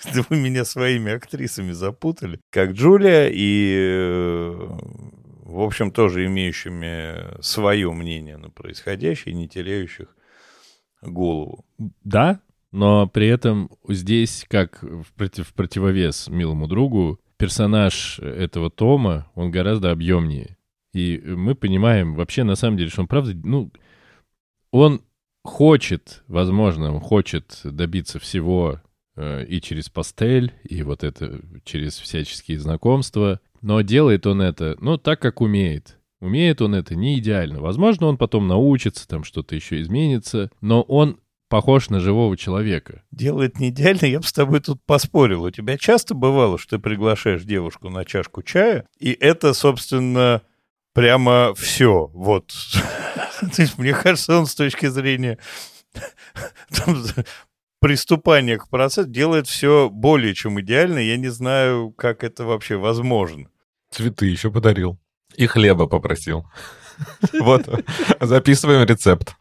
Да вы меня своими актрисами запутали. Как Джулия и, в общем, тоже имеющими свое мнение на происходящее, не теряющих голову. Да, но при этом здесь, как в, против, в противовес «Милому другу», персонаж этого Тома, он гораздо объемнее. И мы понимаем вообще, на самом деле, что он правда, ну, он хочет, возможно, он хочет добиться всего э, и через пастель, и вот это через всяческие знакомства, но делает он это, ну, так, как умеет. Умеет он это не идеально. Возможно, он потом научится, там что-то еще изменится, но он похож на живого человека. Делает не идеально, я бы с тобой тут поспорил. У тебя часто бывало, что ты приглашаешь девушку на чашку чая, и это, собственно, прямо все. Вот. То есть, мне кажется, он с точки зрения там, приступания к процессу делает все более чем идеально. Я не знаю, как это вообще возможно. Цветы еще подарил. И хлеба попросил. Вот, записываем рецепт.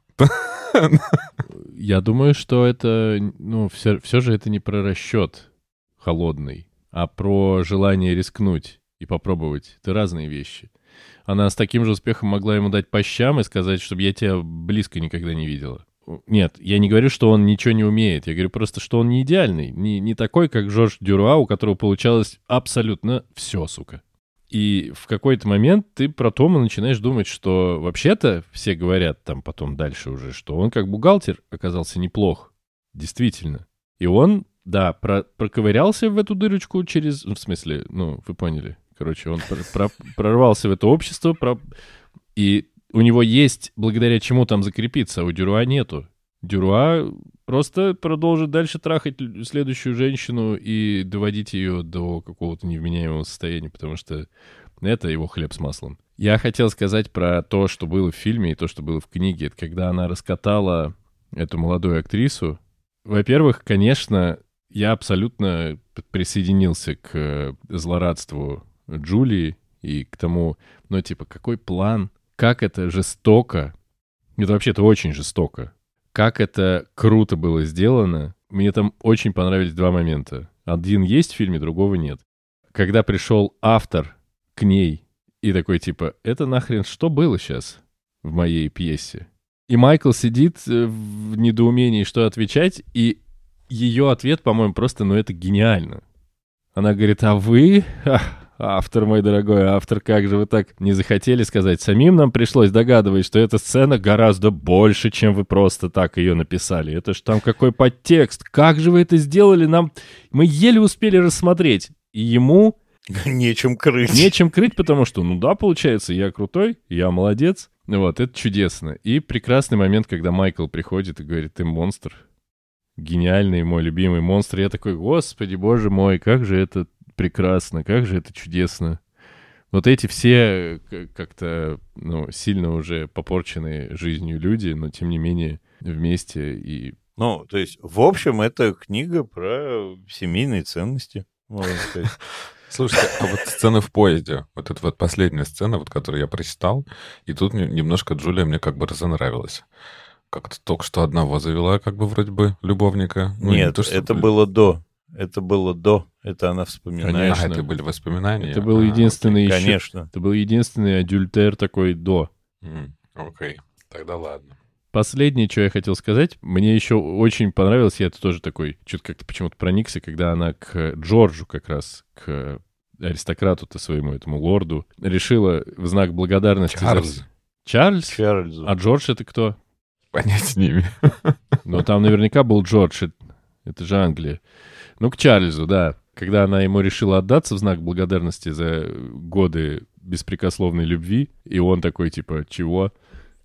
Я думаю, что это, ну, все, все же это не про расчет холодный, а про желание рискнуть и попробовать. Это разные вещи. Она с таким же успехом могла ему дать по щам и сказать, чтобы я тебя близко никогда не видела. Нет, я не говорю, что он ничего не умеет. Я говорю просто, что он не идеальный. Не, не такой, как Жорж Дюруа, у которого получалось абсолютно все, сука. И в какой-то момент ты про Тома начинаешь думать, что вообще-то все говорят там потом дальше уже, что он как бухгалтер оказался неплох. Действительно. И он, да, про- проковырялся в эту дырочку через... В смысле, ну, вы поняли. Короче, он про- про- прорвался в это общество, про... и у него есть благодаря чему там закрепиться, а у Дюруа нету. Дюруа просто продолжит дальше трахать следующую женщину и доводить ее до какого-то невменяемого состояния, потому что это его хлеб с маслом. Я хотел сказать про то, что было в фильме и то, что было в книге. Это когда она раскатала эту молодую актрису. Во-первых, конечно, я абсолютно присоединился к злорадству Джулии и к тому, ну, типа, какой план, как это жестоко. Это вообще-то очень жестоко. Как это круто было сделано. Мне там очень понравились два момента. Один есть в фильме, другого нет. Когда пришел автор к ней и такой типа, это нахрен что было сейчас в моей пьесе? И Майкл сидит в недоумении, что отвечать, и ее ответ, по-моему, просто, ну это гениально. Она говорит, а вы... Автор, мой дорогой автор, как же вы так не захотели сказать? Самим нам пришлось догадывать, что эта сцена гораздо больше, чем вы просто так ее написали. Это ж там какой подтекст. Как же вы это сделали? Нам мы еле успели рассмотреть. И ему... Нечем крыть. Нечем крыть, потому что, ну да, получается, я крутой, я молодец. Вот, это чудесно. И прекрасный момент, когда Майкл приходит и говорит, ты монстр. Гениальный мой любимый монстр. Я такой, господи, боже мой, как же это... прекрасно, как же это чудесно. Вот эти все как-то, ну, сильно уже попорченные жизнью люди, но тем не менее вместе и... Ну, то есть, в общем, это книга про семейные ценности, можно сказать. Слушайте, а вот сцена в поезде, вот эта вот последняя сцена, вот, которую я прочитал, и тут немножко Джулия мне как бы разонравилась. Как-то только что одного завела, как бы вроде бы, любовника. Ну, Нет, не то, что... это было до. Это было до. Это она вспоминает. Конечно. А, это были воспоминания? Это был а, единственный окей. еще... Конечно. Это был единственный адюльтер такой до. Mm, окей, тогда ладно. Последнее, что я хотел сказать, мне еще очень понравилось, я это тоже такой, что-то как-то почему-то проникся, когда она к Джорджу как раз, к аристократу-то своему, этому лорду, решила в знак благодарности... Чарльз. За... Чарльз? Чарльзу. А Джордж это кто? Понять с ними. Ну, там наверняка был Джордж, это же Англия. Ну, к Чарльзу, да. Когда она ему решила отдаться в знак благодарности за годы беспрекословной любви, и он такой, типа, чего?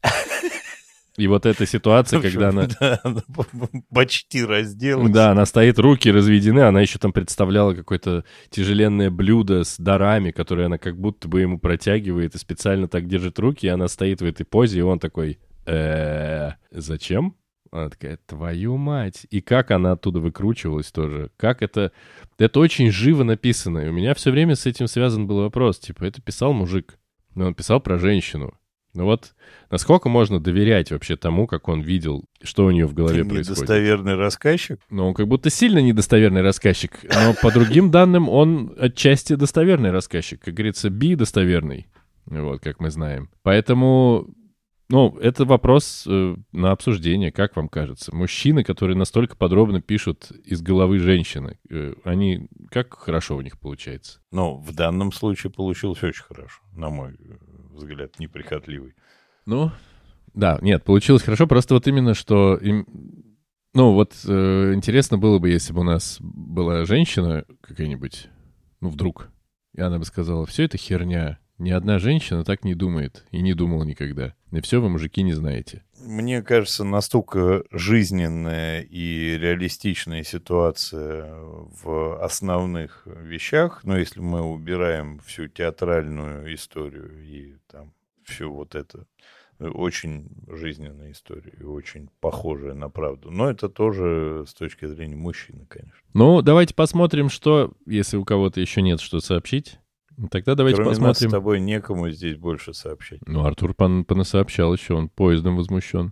И вот эта ситуация, когда она... Да, она почти разделалась. Да, она стоит, руки разведены, она еще там представляла какое-то тяжеленное блюдо с дарами, которое она как будто бы ему протягивает и специально так держит руки, и она стоит в этой позе, и он такой, э зачем? Она такая, твою мать. И как она оттуда выкручивалась тоже. Как это... Это очень живо написано. И у меня все время с этим связан был вопрос. Типа, это писал мужик. Но он писал про женщину. Ну вот, насколько можно доверять вообще тому, как он видел, что у нее в голове Ты происходит? недостоверный рассказчик? Ну, он как будто сильно недостоверный рассказчик, но по другим данным он отчасти достоверный рассказчик. Как говорится, Би достоверный, вот, как мы знаем. Поэтому, ну, это вопрос э, на обсуждение, как вам кажется. Мужчины, которые настолько подробно пишут из головы женщины, э, они, как хорошо у них получается? Ну, в данном случае получилось очень хорошо, на мой взгляд, неприхотливый. Ну, да, нет, получилось хорошо, просто вот именно, что... Им, ну, вот э, интересно было бы, если бы у нас была женщина какая-нибудь, ну, вдруг, и она бы сказала, все это херня, ни одна женщина так не думает и не думала никогда. И все вы, мужики, не знаете. Мне кажется, настолько жизненная и реалистичная ситуация в основных вещах, но если мы убираем всю театральную историю и там всю вот это, очень жизненная история и очень похожая на правду. Но это тоже с точки зрения мужчины, конечно. Ну, давайте посмотрим, что, если у кого-то еще нет что сообщить. Тогда давайте Кроме посмотрим. нас с тобой некому здесь больше сообщать. Ну, Артур пон- понасообщал еще, он поездом возмущен.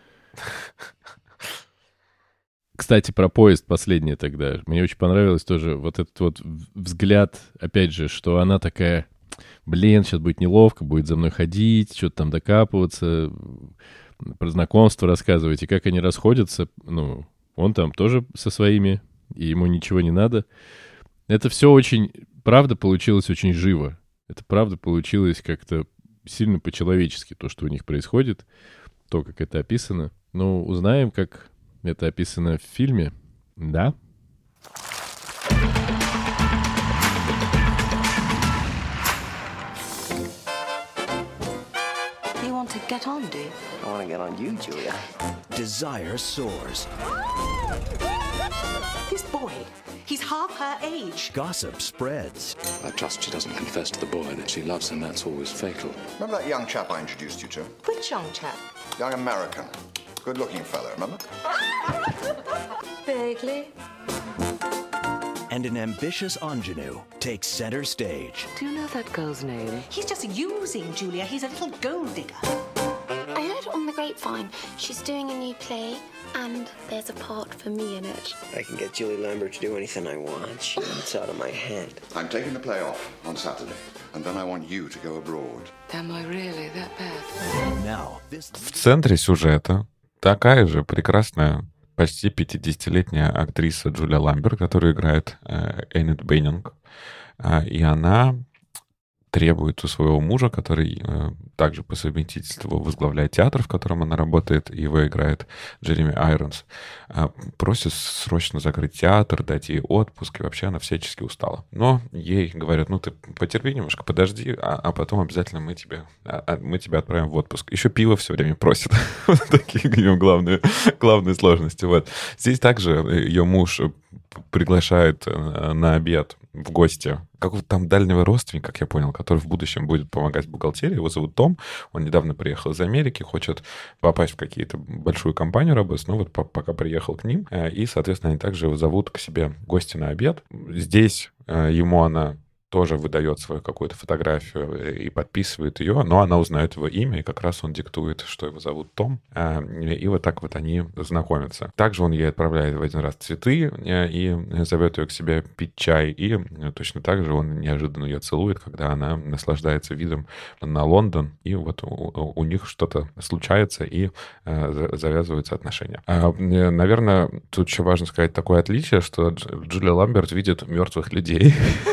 Кстати, про поезд последнее тогда. Мне очень понравилось тоже вот этот вот взгляд, опять же, что она такая, блин, сейчас будет неловко, будет за мной ходить, что-то там докапываться, про знакомство рассказывать, и как они расходятся. Ну, он там тоже со своими, и ему ничего не надо. Это все очень, правда, получилось очень живо. Это правда получилось как-то сильно по-человечески, то, что у них происходит, то, как это описано. Ну, узнаем, как это описано в фильме. Да? You want to get on, do you? I want to get on you, Julia. Desire soars. This boy, he's half her age. Gossip spreads. I trust she doesn't confess to the boy that she loves him. That's always fatal. Remember that young chap I introduced you to? Which young chap? Young American. Good-looking fella, remember? Vaguely. And an ambitious ingenue takes center stage. Do you know that girl's name? He's just using Julia. He's a little gold digger. I heard on the grapevine she's doing a new play and there's a part for me in it. I can get Julie Lambert to do anything I want. She gets out of my head. I'm taking the play off on Saturday, and then I want you to go abroad. Am I really that bad? Now, this... В центре сюжета такая же прекрасная, почти пятидесятилетняя актриса Джулия Ламберт, которая играет э, Эннет Беннинг. Э, и она требует у своего мужа, который э, также по совместительству возглавляет театр, в котором она работает, его играет Джереми Айронс, э, просит срочно закрыть театр, дать ей отпуск, и вообще она всячески устала. Но ей говорят, ну ты потерпи немножко, подожди, а, а потом обязательно мы, тебе, а, мы тебя отправим в отпуск. Еще пиво все время просит. Вот такие у него главные, главные сложности. Вот. Здесь также ее муж приглашает на обед в гости какого-то там дальнего родственника, как я понял, который в будущем будет помогать в бухгалтерии. Его зовут Том. Он недавно приехал из Америки, хочет попасть в какие-то большую компанию работать, но вот пока приехал к ним. И, соответственно, они также его зовут к себе в гости на обед. Здесь ему она тоже выдает свою какую-то фотографию и подписывает ее, но она узнает его имя, и как раз он диктует, что его зовут Том, и вот так вот они знакомятся. Также он ей отправляет в один раз цветы и зовет ее к себе пить чай, и точно так же он неожиданно ее целует, когда она наслаждается видом на Лондон, и вот у, у них что-то случается, и завязываются отношения. Наверное, тут еще важно сказать такое отличие, что Джулия Ламберт видит мертвых людей.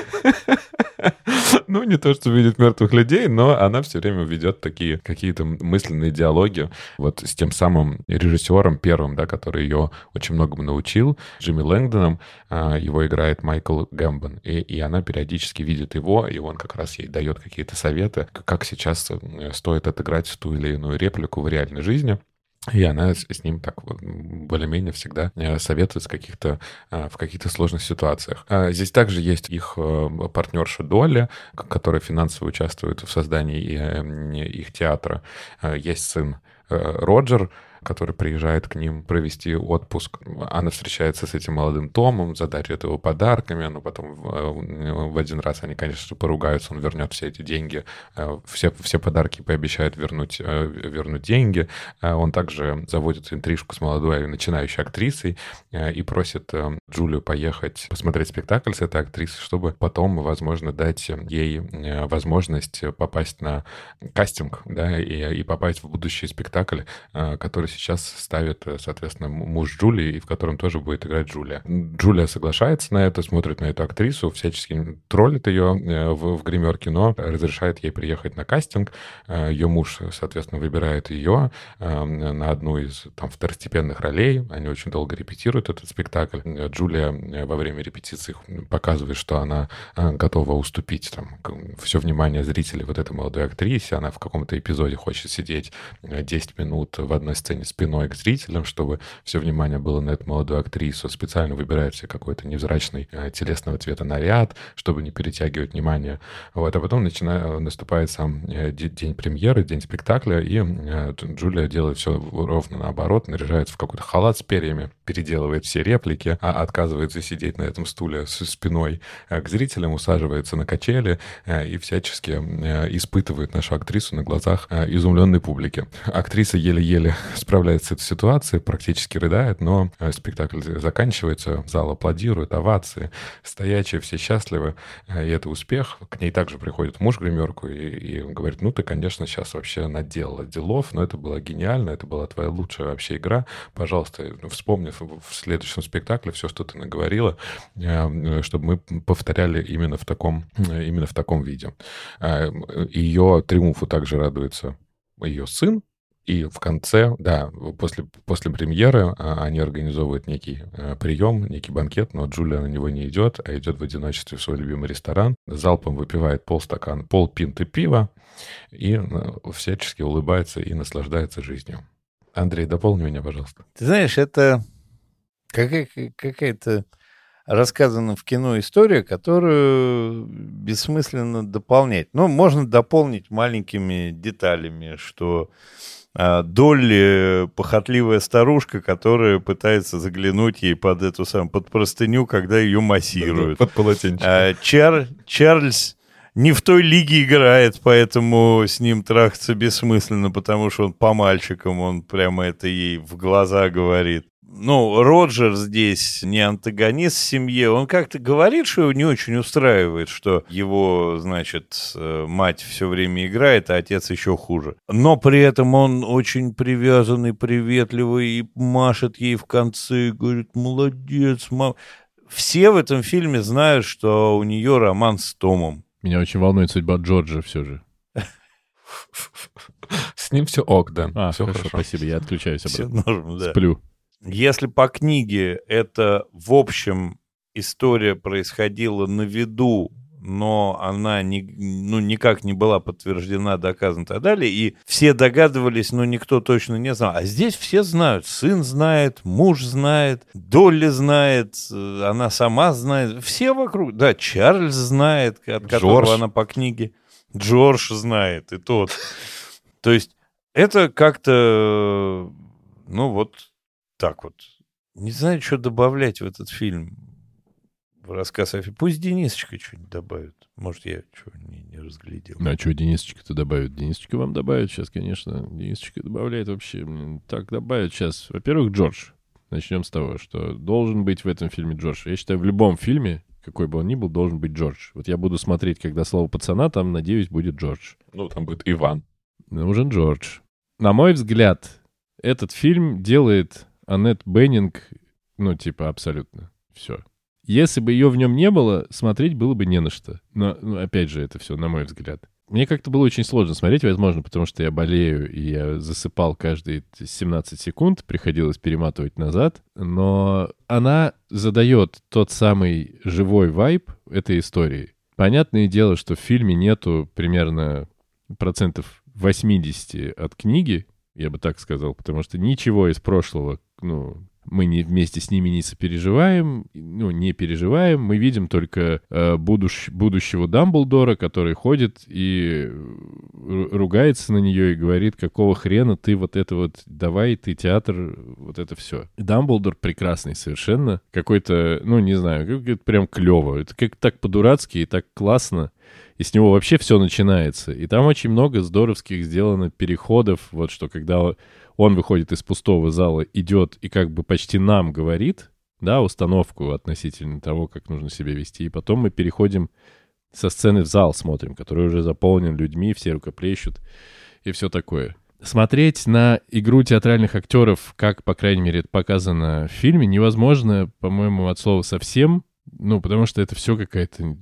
Ну, не то, что видит мертвых людей, но она все время ведет такие какие-то мысленные диалоги вот с тем самым режиссером первым, да, который ее очень многому научил, Джимми Лэнгдоном. Его играет Майкл Гэмбон. И, и она периодически видит его, и он как раз ей дает какие-то советы, как сейчас стоит отыграть ту или иную реплику в реальной жизни. И она с ним так вот более-менее всегда советует в каких-то, в каких-то сложных ситуациях. Здесь также есть их партнерша Долли, которая финансово участвует в создании их театра. Есть сын Роджер, который приезжает к ним провести отпуск. Она встречается с этим молодым Томом, задарит его подарками, но потом в, в один раз они, конечно же, поругаются, он вернет все эти деньги, все, все подарки пообещает вернуть, вернуть деньги. Он также заводит интрижку с молодой начинающей актрисой и просит Джулию поехать посмотреть спектакль с этой актрисой, чтобы потом, возможно, дать ей возможность попасть на кастинг, да, и, и попасть в будущий спектакль, который сейчас ставит, соответственно, муж Джулии, и в котором тоже будет играть Джулия. Джулия соглашается на это, смотрит на эту актрису, всячески троллит ее в, в гримерке, но разрешает ей приехать на кастинг. Ее муж, соответственно, выбирает ее на одну из там второстепенных ролей. Они очень долго репетируют этот спектакль. Джулия во время репетиции показывает, что она готова уступить там все внимание зрителей вот этой молодой актрисе. Она в каком-то эпизоде хочет сидеть десять минут в одной сцене спиной к зрителям, чтобы все внимание было на эту молодую актрису. Специально выбирает себе какой-то невзрачный телесного цвета наряд, чтобы не перетягивать внимание. Вот. А потом начинает, наступает сам день премьеры, день спектакля, и Джулия делает все ровно наоборот, наряжается в какой-то халат с перьями, переделывает все реплики, а отказывается сидеть на этом стуле с спиной к зрителям, усаживается на качели и всячески испытывает нашу актрису на глазах изумленной публики. Актриса еле-еле справляется с этой ситуацией, практически рыдает, но спектакль заканчивается, зал аплодирует, овации, стоячие, все счастливы, и это успех. К ней также приходит муж в гримерку и, и говорит: ну, ты, конечно, сейчас вообще наделала делов, но это было гениально, это была твоя лучшая вообще игра. Пожалуйста, вспомни в следующем спектакле все, что ты наговорила, чтобы мы повторяли именно в таком, именно в таком виде. Ее триумфу также радуется ее сын. И в конце, да, после, после премьеры они организовывают некий прием, некий банкет, но Джулия на него не идет, а идет в одиночестве в свой любимый ресторан, залпом выпивает полстакана, полпинты пива и всячески улыбается и наслаждается жизнью. Андрей, дополни меня, пожалуйста. Ты знаешь, это какая-то рассказана в кино история, которую бессмысленно дополнять. Ну, можно дополнить маленькими деталями, что Долли похотливая старушка, которая пытается заглянуть ей под эту самую, под простыню, когда ее массируют. Под полотенчик. А Чар, Чарльз не в той лиге играет, поэтому с ним трахаться бессмысленно, потому что он по мальчикам, он прямо это ей в глаза говорит. Ну, Роджер здесь не антагонист семьи, он как-то говорит, что его не очень устраивает, что его, значит, мать все время играет, а отец еще хуже. Но при этом он очень привязанный, приветливый и машет ей в конце и говорит: молодец, мам. Все в этом фильме знают, что у нее роман с Томом. Меня очень волнует судьба Джорджа все же. С ним все ок, да. А, все хорошо, хорошо. Спасибо, я отключаюсь обратно. Все норм, да. Сплю. Если по книге это, в общем, история происходила на виду, но она не, ну, никак не была подтверждена, доказана и так далее, и все догадывались, но никто точно не знал. А здесь все знают. Сын знает, муж знает, Долли знает, она сама знает. Все вокруг. Да, Чарльз знает, от которого Джордж. она по книге. Джордж знает, и тот. То есть это как-то, ну вот, так вот. Не знаю, что добавлять в этот фильм, в рассказ о фильме. Пусть Денисочка что-нибудь добавит. Может, я что не, не разглядел. Ну, а что Денисочка-то добавит? Денисочка вам добавит сейчас, конечно. Денисочка добавляет вообще. Так добавит сейчас. Во-первых, Джордж. Начнем с того, что должен быть в этом фильме Джордж. Я считаю, в любом фильме, какой бы он ни был, должен быть Джордж. Вот я буду смотреть, когда слово пацана, там, надеюсь, будет Джордж. Ну, там будет Иван. Нужен Джордж. На мой взгляд, этот фильм делает Аннет Беннинг, ну, типа, абсолютно все. Если бы ее в нем не было, смотреть было бы не на что. Но, ну, опять же, это все, на мой взгляд. Мне как-то было очень сложно смотреть, возможно, потому что я болею, и я засыпал каждые семнадцать секунд, приходилось перематывать назад. Но она задает тот самый живой вайб этой истории. Понятное дело, что в фильме нету примерно процентов восемьдесят от книги, я бы так сказал, потому что ничего из прошлого, ну, мы не, вместе с ними не сопереживаем, ну, не переживаем, мы видим только э, будущ, будущего Дамблдора, который ходит и ругается на нее и говорит, какого хрена ты вот это вот, давай, ты театр, вот это все. Дамблдор прекрасный совершенно, какой-то, ну, не знаю, как, прям клево, это как так по-дурацки и так классно. И с него вообще все начинается. И там очень много здоровских сделано переходов, вот что когда он выходит из пустого зала, идет и как бы почти нам говорит, да, установку относительно того, как нужно себя вести. И потом мы переходим со сцены в зал, смотрим, который уже заполнен людьми, все рукоплещут и все такое. Смотреть на игру театральных актеров, как, по крайней мере, это показано в фильме, невозможно, по-моему, от слова совсем, ну, потому что это все какая-то...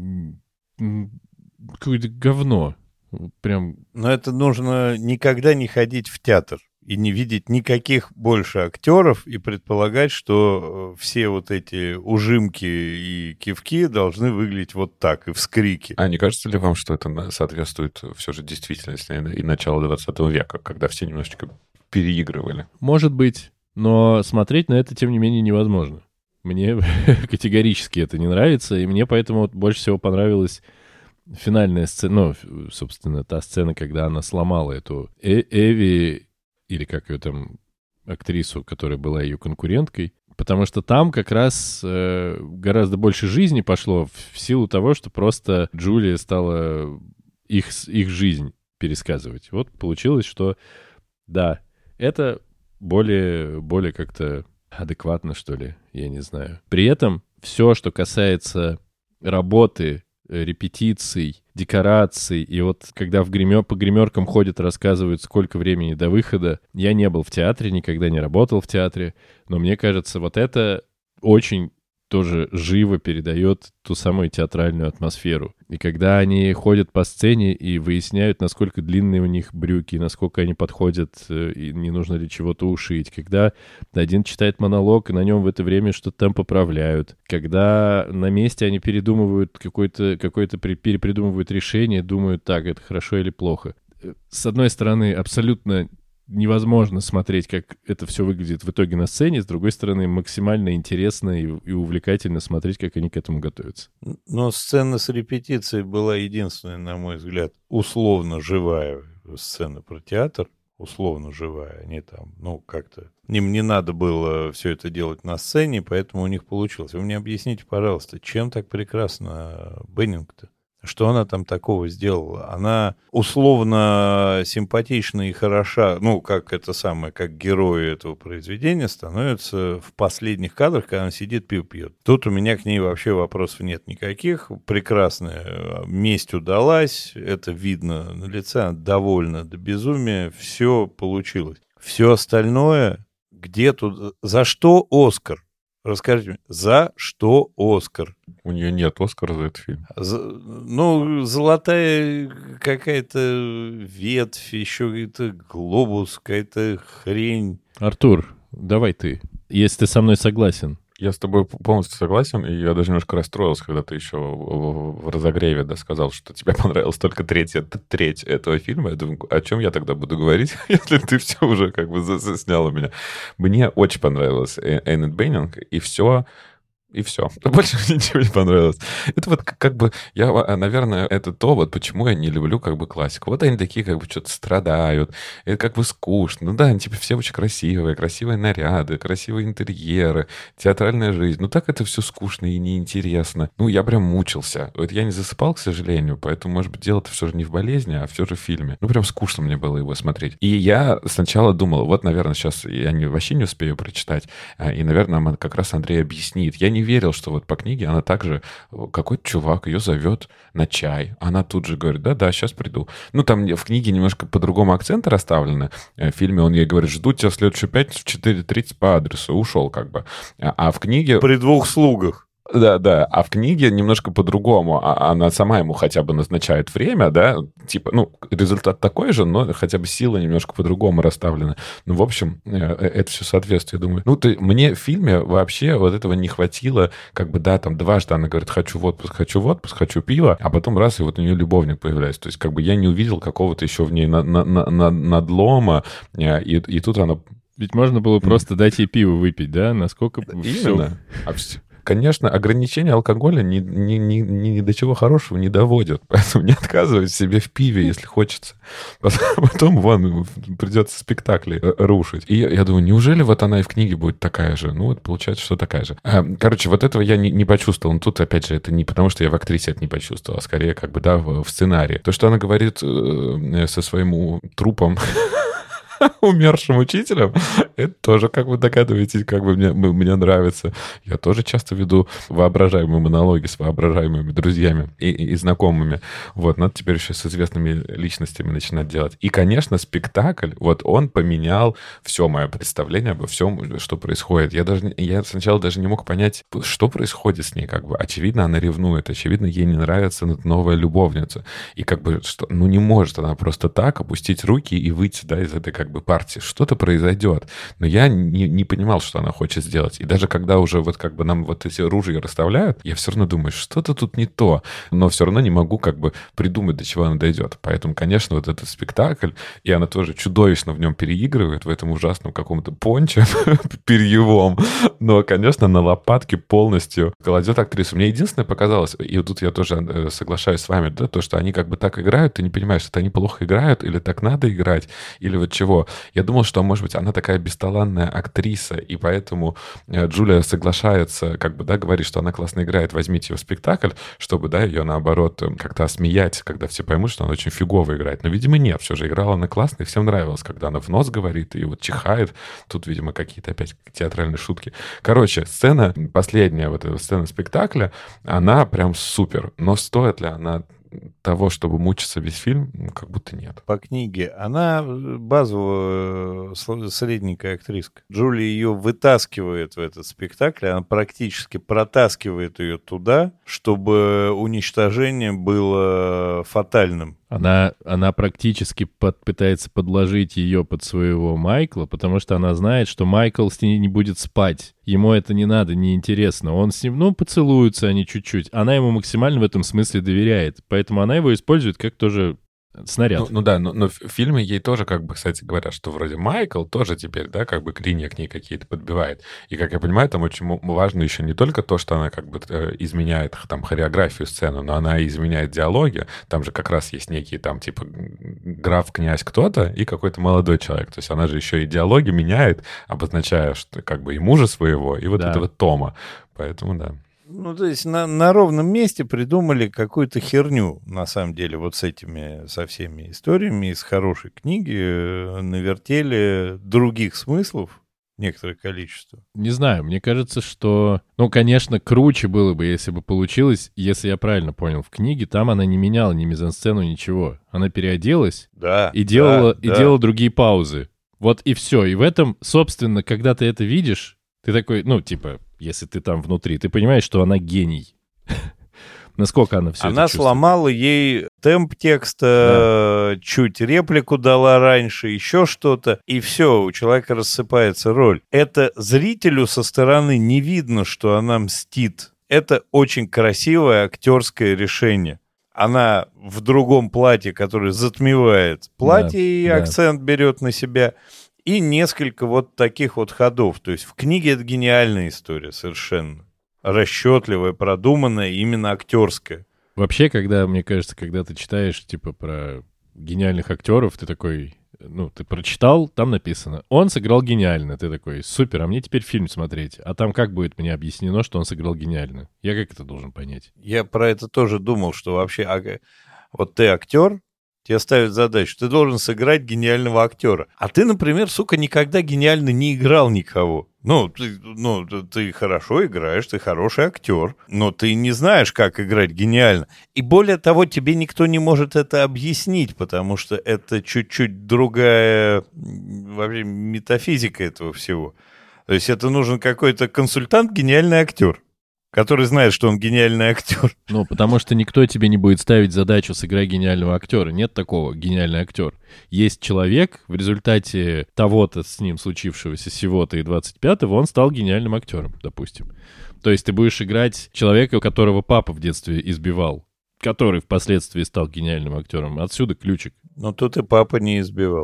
какое-то говно. Прям... Но это нужно никогда не ходить в театр и не видеть никаких больше актеров и предполагать, что все вот эти ужимки и кивки должны выглядеть вот так, и вскрики. А не кажется ли вам, что это соответствует все же действительности и началу двадцатого века, когда все немножечко переигрывали? Может быть, но смотреть на это, тем не менее, невозможно. Мне категорически это не нравится, и мне поэтому вот больше всего понравилась финальная сцена, ну, собственно, та сцена, когда она сломала эту э- Эви, или как ее там, актрису, которая была ее конкуренткой, потому что там как раз э, гораздо больше жизни пошло в, в силу того, что просто Джулия стала их, их жизнь пересказывать. Вот получилось, что да, это более, более как-то адекватно, что ли, я не знаю. При этом все, что касается работы, репетиций, декораций, и вот когда в гример, по гримеркам ходят, рассказывают, сколько времени до выхода. Я не был в театре, никогда не работал в театре, но мне кажется, вот это очень тоже живо передает ту самую театральную атмосферу. И когда они ходят по сцене и выясняют, насколько длинные у них брюки, насколько они подходят, и не нужно ли чего-то ушить. Когда один читает монолог, и на нем в это время что-то там поправляют. Когда на месте они передумывают какое-то, какое-то перепридумывают решение, думают, так, это хорошо или плохо. С одной стороны, абсолютно невозможно смотреть, как это все выглядит в итоге на сцене. С другой стороны, максимально интересно и, и увлекательно смотреть, как они к этому готовятся. Но сцена с репетицией была единственная, на мой взгляд, условно живая сцена про театр. Условно живая. Они там, ну, как-то... Им не надо было все это делать на сцене, поэтому у них получилось. Вы мне объясните, пожалуйста, чем так прекрасна Беннинг-то? Что она там такого сделала? Она условно симпатична и хороша, ну, как это самое, как герой этого произведения становится в последних кадрах, когда она сидит, пиво пьет. Тут у меня к ней вообще вопросов нет никаких. Прекрасная месть удалась, это видно на лице, она довольна до безумия, все получилось. Все остальное, где тут... За что Оскар? Расскажите мне, за что Оскар? У нее нет Оскара за этот фильм. За, ну, золотая какая-то ветвь, еще какой-то глобус, какая-то хрень. Артур, давай ты, если ты со мной согласен. Я с тобой полностью согласен, и я даже немножко расстроился, когда ты еще в, в разогреве, да, сказал, что тебе понравилась только третья треть этого фильма. Я думаю, о чем я тогда буду говорить, если ты все уже как бы заснял у меня. Мне очень понравилась Эннет Беннинг, и все... И все. Больше ничего не понравилось. Это вот как бы, я, наверное, это то, вот почему я не люблю как бы классику. Вот они такие как бы что-то страдают, это как бы скучно. Ну да, они типа все очень красивые, красивые наряды, красивые интерьеры, театральная жизнь. Ну так это все скучно и неинтересно. Ну я прям мучился. Вот я не засыпал, к сожалению, поэтому, может быть, дело-то все же не в болезни, а все же в фильме. Ну прям скучно мне было его смотреть. И я сначала думал, вот, наверное, сейчас я не, вообще не успею прочитать, и, наверное, как раз Андрей объяснит. Я не не верил, что вот по книге она также... Какой-то чувак ее зовет на чай. Она тут же говорит, да-да, сейчас приду. Ну, там в книге немножко по-другому акценты расставлены. В фильме он ей говорит, жду тебя в следующую пятницу в четыре тридцать по адресу. Ушел как бы. А в книге... При двух слугах. Да, да, а в книге немножко по-другому. Она сама ему хотя бы назначает время, да, типа, ну, результат такой же, но хотя бы сила немножко по-другому расставлена. Ну, в общем, это все соответствие, я думаю. Ну, ты, мне в фильме вообще вот этого не хватило, как бы, да, там дважды она говорит, хочу в отпуск, хочу в отпуск, хочу пиво, а потом раз, и вот у нее любовник появляется. То есть, как бы, я не увидел какого-то еще в ней на, на, на, надлома, и, и тут она... Ведь можно было просто дать ей пиво выпить, да? Насколько Именно. Все... Конечно, ограничение алкоголя ни, ни, ни, ни до чего хорошего не доводят. Поэтому не отказывать себе в пиве, если хочется. Потом, вон, придется спектакли рушить. И я, я думаю, неужели вот она и в книге будет такая же? Ну, вот получается, что такая же. Короче, вот этого я не, не почувствовал. Но тут, опять же, это не потому, что я в актрисе это не почувствовал, а скорее, как бы, да, в, в сценарии. То, что она говорит э, со своим трупом... умершим учителем, это тоже, как вы догадываетесь, как бы мне, мне нравится. Я тоже часто веду воображаемые монологи с воображаемыми друзьями и, и, и знакомыми. Вот, надо теперь еще с известными личностями начинать делать. И, конечно, спектакль, вот он поменял все мое представление обо всем, что происходит. Я даже, я сначала даже не мог понять, что происходит с ней, как бы. Очевидно, она ревнует, очевидно, ей не нравится новая любовница. И как бы, что, ну, не может она просто так опустить руки и выйти, да, из этой, как бы, партии. Что-то произойдет. Но я не, не понимал, что она хочет сделать. И даже когда уже вот как бы нам вот эти ружья расставляют, я все равно думаю, что-то тут не то. Но все равно не могу как бы придумать, до чего она дойдет. Поэтому, конечно, вот этот спектакль, и она тоже чудовищно в нем переигрывает, в этом ужасном каком-то понче перьевом. Но, конечно, на лопатки полностью кладет актрису. Мне единственное показалось, и вот тут я тоже соглашаюсь с вами, да, то, что они как бы так играют, ты не понимаешь, это они плохо играют, или так надо играть, или вот чего. Я думал, что, может быть, она такая бесталанная актриса, и поэтому Джулия соглашается, как бы, да, говорит, что она классно играет, возьмите ее в спектакль, чтобы, да, ее, наоборот, как-то осмеять, когда все поймут, что она очень фигово играет. Но, видимо, нет, все же играла она классно, и всем нравилось, когда она в нос говорит и вот чихает. Тут, видимо, какие-то опять театральные шутки. Короче, сцена, последняя вот эта сцена спектакля, она прям супер. Но стоит ли она того, чтобы мучиться весь фильм, как будто нет. По книге она базовая средненькая актриска. Джулия ее вытаскивает в этот спектакль, она практически протаскивает ее туда, чтобы уничтожение было фатальным. Она, она практически под, пытается подложить ее под своего Майкла, потому что она знает, что Майкл с ней не будет спать. Ему это не надо, неинтересно. Он с ним, ну, поцелуются они чуть-чуть. Она ему максимально в этом смысле доверяет. Поэтому она его использует как тоже снаряд. Ну, ну да, но, но в фильме ей тоже, как бы, кстати, говорят, что вроде Майкл тоже теперь, да, как бы клинья к ней какие-то подбивает. И, как я понимаю, там очень важно еще не только то, что она как бы изменяет там хореографию, сцену, но она и изменяет диалоги. Там же как раз есть некие там типа граф, князь, кто-то и какой-то молодой человек. То есть она же еще и диалоги меняет, обозначая, что как бы и мужа своего, и вот да. этого Тома. Поэтому да. Ну, то есть на, на ровном месте придумали какую-то херню, на самом деле, вот с этими, со всеми историями из хорошей книги навертели других смыслов некоторое количество. Не знаю, мне кажется, что... Ну, конечно, круче было бы, если бы получилось, если я правильно понял, в книге там она не меняла ни мизансцену, ничего. Она переоделась да, и, делала, да, и да. делала другие паузы. Вот и все. И в этом, собственно, когда ты это видишь, ты такой, ну, типа... Если ты там внутри, ты понимаешь, что она гений. Насколько она все Она это сломала ей темп текста, да. чуть реплику дала раньше, еще что-то, и все, у человека рассыпается роль. Это зрителю со стороны не видно, что она мстит. Это очень красивое актерское решение. Она в другом платье, которое затмевает платье, да, и да. акцент берет на себя. И несколько вот таких вот ходов. То есть в книге это гениальная история совершенно. Расчетливая, продуманная, именно актерская. Вообще, когда, мне кажется, когда ты читаешь типа про гениальных актеров, ты такой, ну, ты прочитал, там написано, он сыграл гениально. Ты такой, супер, а мне теперь фильм смотреть. А там как будет мне объяснено, что он сыграл гениально? Я как это должен понять? Я про это тоже думал, что вообще, а, вот ты актер, тебе ставят задачу, ты должен сыграть гениального актера. А ты, например, сука, никогда гениально не играл никого. Ну, ты, ну, ты хорошо играешь, ты хороший актер, но ты не знаешь, как играть гениально. И более того, тебе никто не может это объяснить, потому что это чуть-чуть другая вообще метафизика этого всего. То есть это нужен какой-то консультант, гениальный актер, который знает, что он гениальный актер. Ну, потому что никто тебе не будет ставить задачу сыграть гениального актера. Нет такого гениальный актер. Есть человек, в результате того-то с ним случившегося сего-то и двадцать пятого, он стал гениальным актером, допустим. То есть ты будешь играть человека, которого папа в детстве избивал, который впоследствии стал гениальным актером. Отсюда ключик. Но тут и папа не избивал.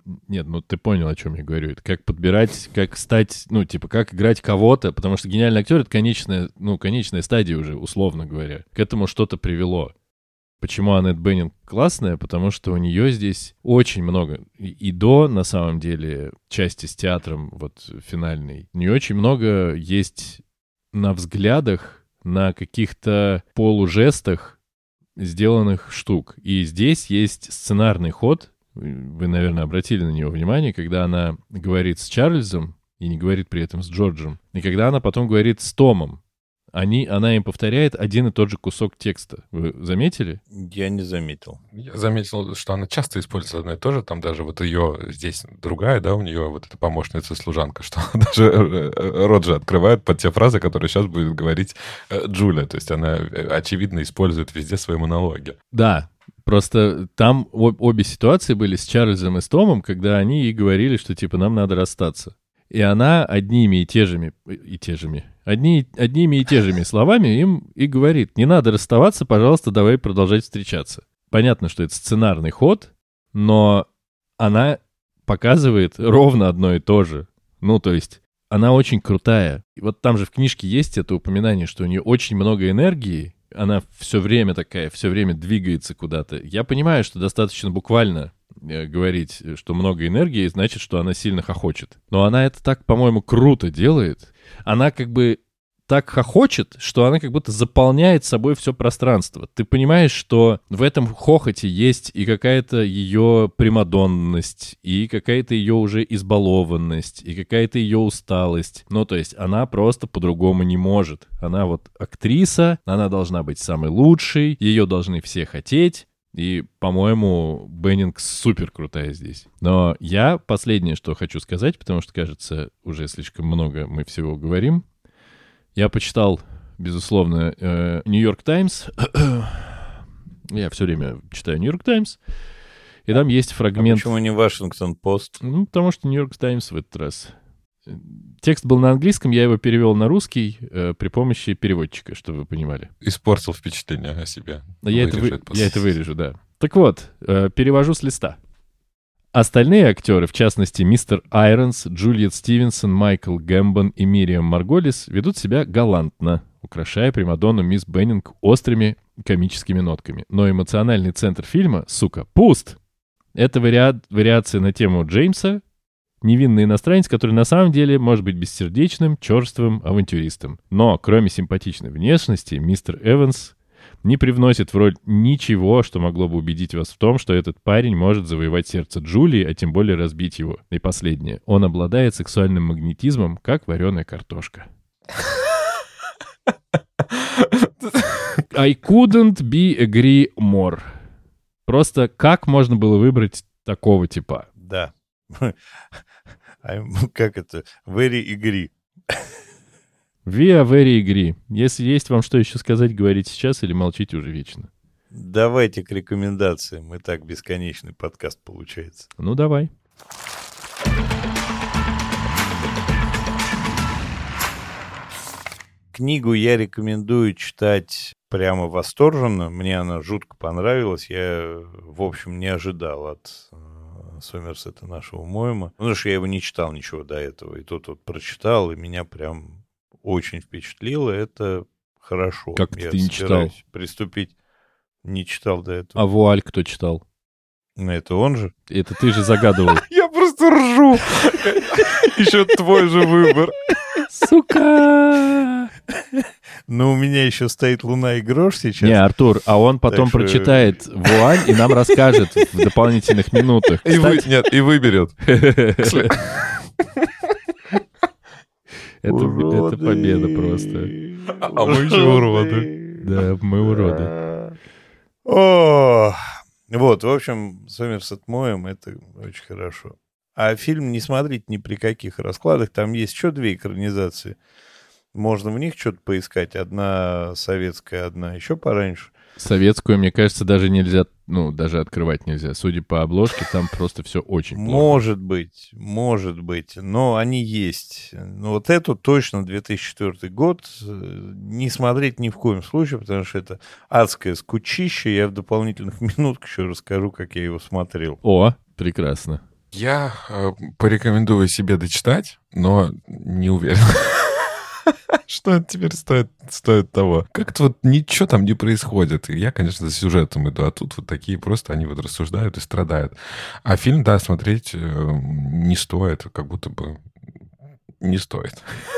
Нет, ну ты понял, о чем я говорю. Это как подбирать, как стать, ну, типа, как играть кого-то, потому что гениальный актер — это конечная, ну, конечная стадия уже, условно говоря. К этому что-то привело. Почему Аннет Беннинг классная? Потому что у нее здесь очень много, и, и до, на самом деле, части с театром, вот, финальной, у нее очень много есть на взглядах, на каких-то полужестах сделанных штук. И здесь есть сценарный ход, вы, наверное, обратили на него внимание, когда она говорит с Чарльзом и не говорит при этом с Джорджем. И когда она потом говорит с Томом, они, она им повторяет один и тот же кусок текста. Вы заметили? Я не заметил. Я заметил, что она часто использует одно и то же. Там даже вот ее здесь другая, да, у нее вот эта помощница-служанка, что даже рот же открывает под те фразы, которые сейчас будет говорить Джулия. То есть она, очевидно, использует везде свои монологи. Да. Просто там обе ситуации были с Чарльзом и с Томом, когда они ей говорили, что типа нам надо расстаться. И она одними и те же, и те же, одни, одними и те же словами им и говорит: не надо расставаться, пожалуйста, давай продолжать встречаться. Понятно, что это сценарный ход, но она показывает ровно одно и то же. Ну, то есть она очень крутая. И вот там же в книжке есть это упоминание, что у нее очень много энергии, она все время такая, все время двигается куда-то. Я понимаю, что достаточно буквально э, говорить, что много энергии, значит, что она сильно хохочет. Но она это так, по-моему, круто делает. Она как бы так хохочет, что она как будто заполняет собой все пространство. Ты понимаешь, что в этом хохоте есть и какая-то ее примадонность, и какая-то ее уже избалованность, и какая-то ее усталость. Ну, то есть она просто по-другому не может. Она вот актриса, она должна быть самой лучшей, ее должны все хотеть. И, по-моему, Беннинг супер крутая здесь. Но я последнее, что хочу сказать, потому что, кажется, уже слишком много мы всего говорим. Я почитал, безусловно, «Нью-Йорк Таймс». Я все время читаю «Нью-Йорк Таймс». И там есть фрагмент... А почему не «Вашингтон-Пост»? Ну, потому что «Нью-Йорк Таймс» в этот раз. Текст был на английском, я его перевел на русский э, при помощи переводчика, чтобы вы понимали. Испортил впечатление о себе. Я это, вы... я это вырежу, да. Так вот, э, перевожу с листа. Остальные актеры, в частности, мистер Айронс, Джульет Стивенсон, Майкл Гэмбон и Мириам Марголис, ведут себя галантно, украшая примадонну мисс Беннинг острыми комическими нотками. Но эмоциональный центр фильма, сука, пуст. Это вариа... вариация на тему Джеймса, невинный иностранец, который на самом деле может быть бессердечным, черствым авантюристом. Но, кроме симпатичной внешности, мистер Эванс не привносит в роль ничего, что могло бы убедить вас в том, что этот парень может завоевать сердце Джулии, а тем более разбить его. И последнее. Он обладает сексуальным магнетизмом, как вареная картошка. I couldn't be agree more. Просто как можно было выбрать такого типа? Да. Как это? Very agree. We are very agree. Если есть вам что еще сказать, говорите сейчас или молчите уже вечно. Давайте к рекомендациям. И так бесконечный подкаст получается. Ну, давай. Книгу я рекомендую читать прямо восторженно. Мне она жутко понравилась. Я, в общем, не ожидал от Сомерсета нашего Моэма. Потому что я его не читал ничего до этого. И тут вот прочитал, и меня прям очень впечатлило. Это хорошо. Как я ты не читал? Приступить. Не читал до этого. А «Вуаль» кто читал? Ну, это он же. Это ты же загадывал. Я просто ржу. Еще твой же выбор. Сука! Но у меня еще стоит «Луна и грош» сейчас. Не, Артур, а он потом что... прочитает «Вуаль» и нам расскажет в дополнительных минутах. И вы... Нет, и выберет. Это, это победа просто. А мы еще уроды. Да, мы уроды. О, вот, в общем, Сомерсет Моэм — это очень хорошо. А фильм не смотрите ни при каких раскладах. Там есть еще две экранизации. Можно в них что-то поискать. Одна советская, одна еще пораньше. Советскую, мне кажется, даже нельзя, ну, даже открывать нельзя. Судя по обложке, там просто все очень плохо. Может быть, может быть, но они есть. Но вот эту точно две тысячи четвёртый год не смотреть ни в коем случае, потому что это адское скучище. Я в дополнительных минутках еще расскажу, как я его смотрел. О, прекрасно. Я э, порекомендую себе дочитать, но не уверен, что это теперь стоит, стоит того. Как-то вот ничего там не происходит. И я, конечно, за сюжетом иду, а тут вот такие просто они вот рассуждают и страдают. А фильм, да, смотреть э, не стоит, как будто бы не стоит.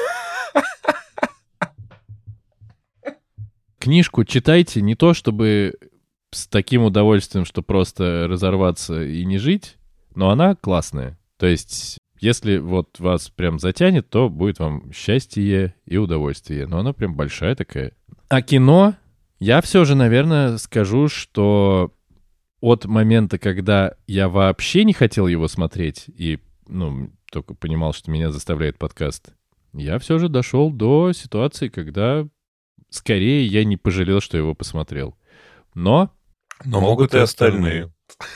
Книжку читайте не то, чтобы с таким удовольствием, что просто разорваться и не жить, но она классная. То есть, если вот вас прям затянет, то будет вам счастье и удовольствие. Но она прям большая такая. А кино, я все же, наверное, скажу, что от момента, когда я вообще не хотел его смотреть и, ну, только понимал, что меня заставляет подкаст, я все же дошел до ситуации, когда скорее я не пожалел, что его посмотрел. Но... Но могут и остальные.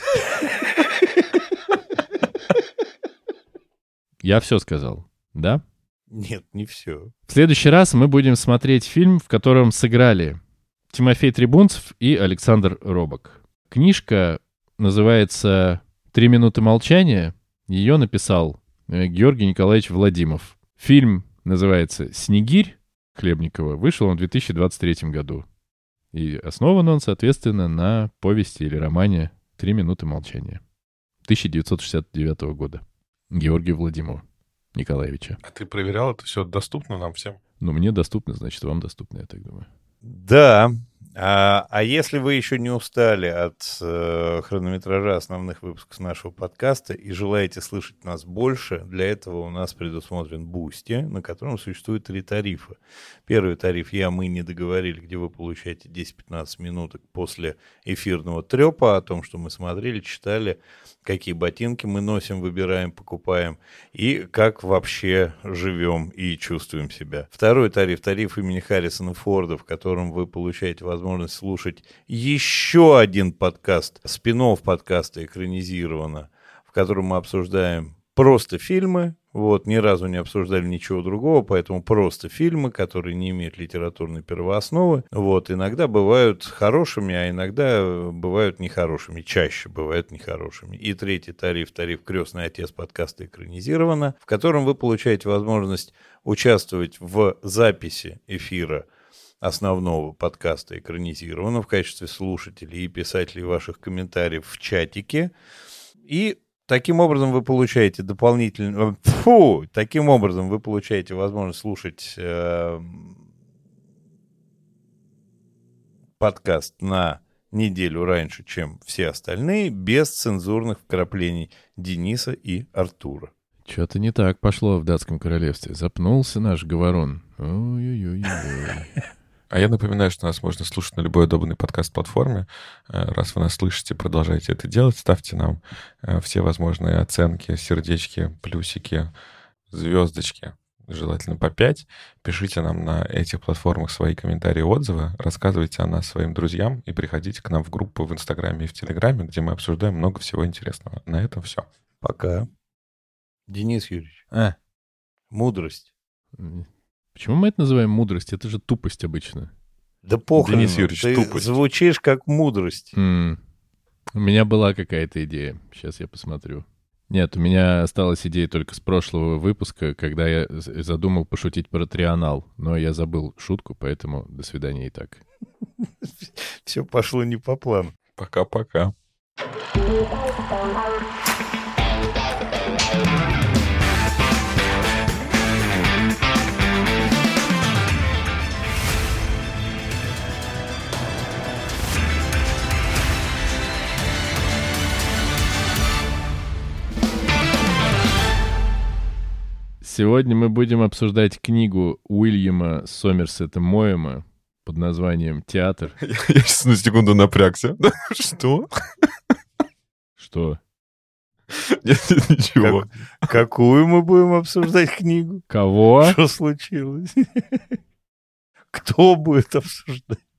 Я все сказал, да? Нет, не все. В следующий раз мы будем смотреть фильм, в котором сыграли Тимофей Трибунцев и Александр Робок. Книжка называется «Три минуты молчания». Ее написал Георгий Николаевич Владимов. Фильм называется «Снегирь» Хлебникова. Вышел он в две тысячи двадцать третьем году. И основан он, соответственно, на повести или романе «Три минуты молчания» тысяча девятьсот шестьдесят девятого года. Георгия Владимира Николаевича. А ты проверял, это все доступно нам всем? Ну, мне доступно, значит, вам доступно, я так думаю. Да. А, а если вы еще не устали от э, хронометража основных выпусков нашего подкаста и желаете слышать нас больше, для этого у нас предусмотрен Boosty, на котором существует три тарифа. Первый тариф «Я, мы не договорили», где вы получаете десять-пятнадцать минуток после эфирного трепа о том, что мы смотрели, читали, какие ботинки мы носим, выбираем, покупаем и как вообще живем и чувствуем себя. Второй тариф, тариф имени Харрисона Форда, в котором вы получаете возможность слушать еще один подкаст, спин-офф подкаста экранизировано, в котором мы обсуждаем просто фильмы, вот, ни разу не обсуждали ничего другого, поэтому просто фильмы, которые не имеют литературной первоосновы, вот, иногда бывают хорошими, а иногда бывают нехорошими, чаще бывают нехорошими. И третий тариф, тариф «Крестный отец» подкаста экранизировано, в котором вы получаете возможность участвовать в записи эфира основного подкаста экранизировано в качестве слушателей и писателей ваших комментариев в чатике. И таким образом вы получаете дополнительно... Фу! Таким образом вы получаете возможность слушать э, подкаст на неделю раньше, чем все остальные, без цензурных вкраплений Дениса и Артура. Что-то не так пошло в датском королевстве. Запнулся наш говорон. Ой-ой-ой-ой. А я напоминаю, что нас можно слушать на любой удобной подкаст-платформе. Раз вы нас слышите, продолжайте это делать. Ставьте нам все возможные оценки, сердечки, плюсики, звездочки. Желательно по пять. Пишите нам на этих платформах свои комментарии и отзывы. Рассказывайте о нас своим друзьям. И приходите к нам в группу в Инстаграме и в Телеграме, где мы обсуждаем много всего интересного. На этом все. Пока. Денис Юрьевич. А? Мудрость. Почему мы это называем мудрость? Это же тупость обычно. Да похрен. Денис Юрьевич, ты тупость. Звучишь как мудрость. Mm. У меня была какая-то идея. Сейчас я посмотрю. Нет, у меня осталась идея только с прошлого выпуска, когда я задумал пошутить про трианал. Но я забыл шутку, поэтому до свидания и так. Все пошло не по плану. Пока-пока. Сегодня мы будем обсуждать книгу Уильяма Сомерсета Моэма под названием «Театр». Я, я сейчас на секунду напрягся. Что? Что? Нет, ничего. Как, какую мы будем обсуждать книгу? Кого? Что случилось? Кто будет обсуждать?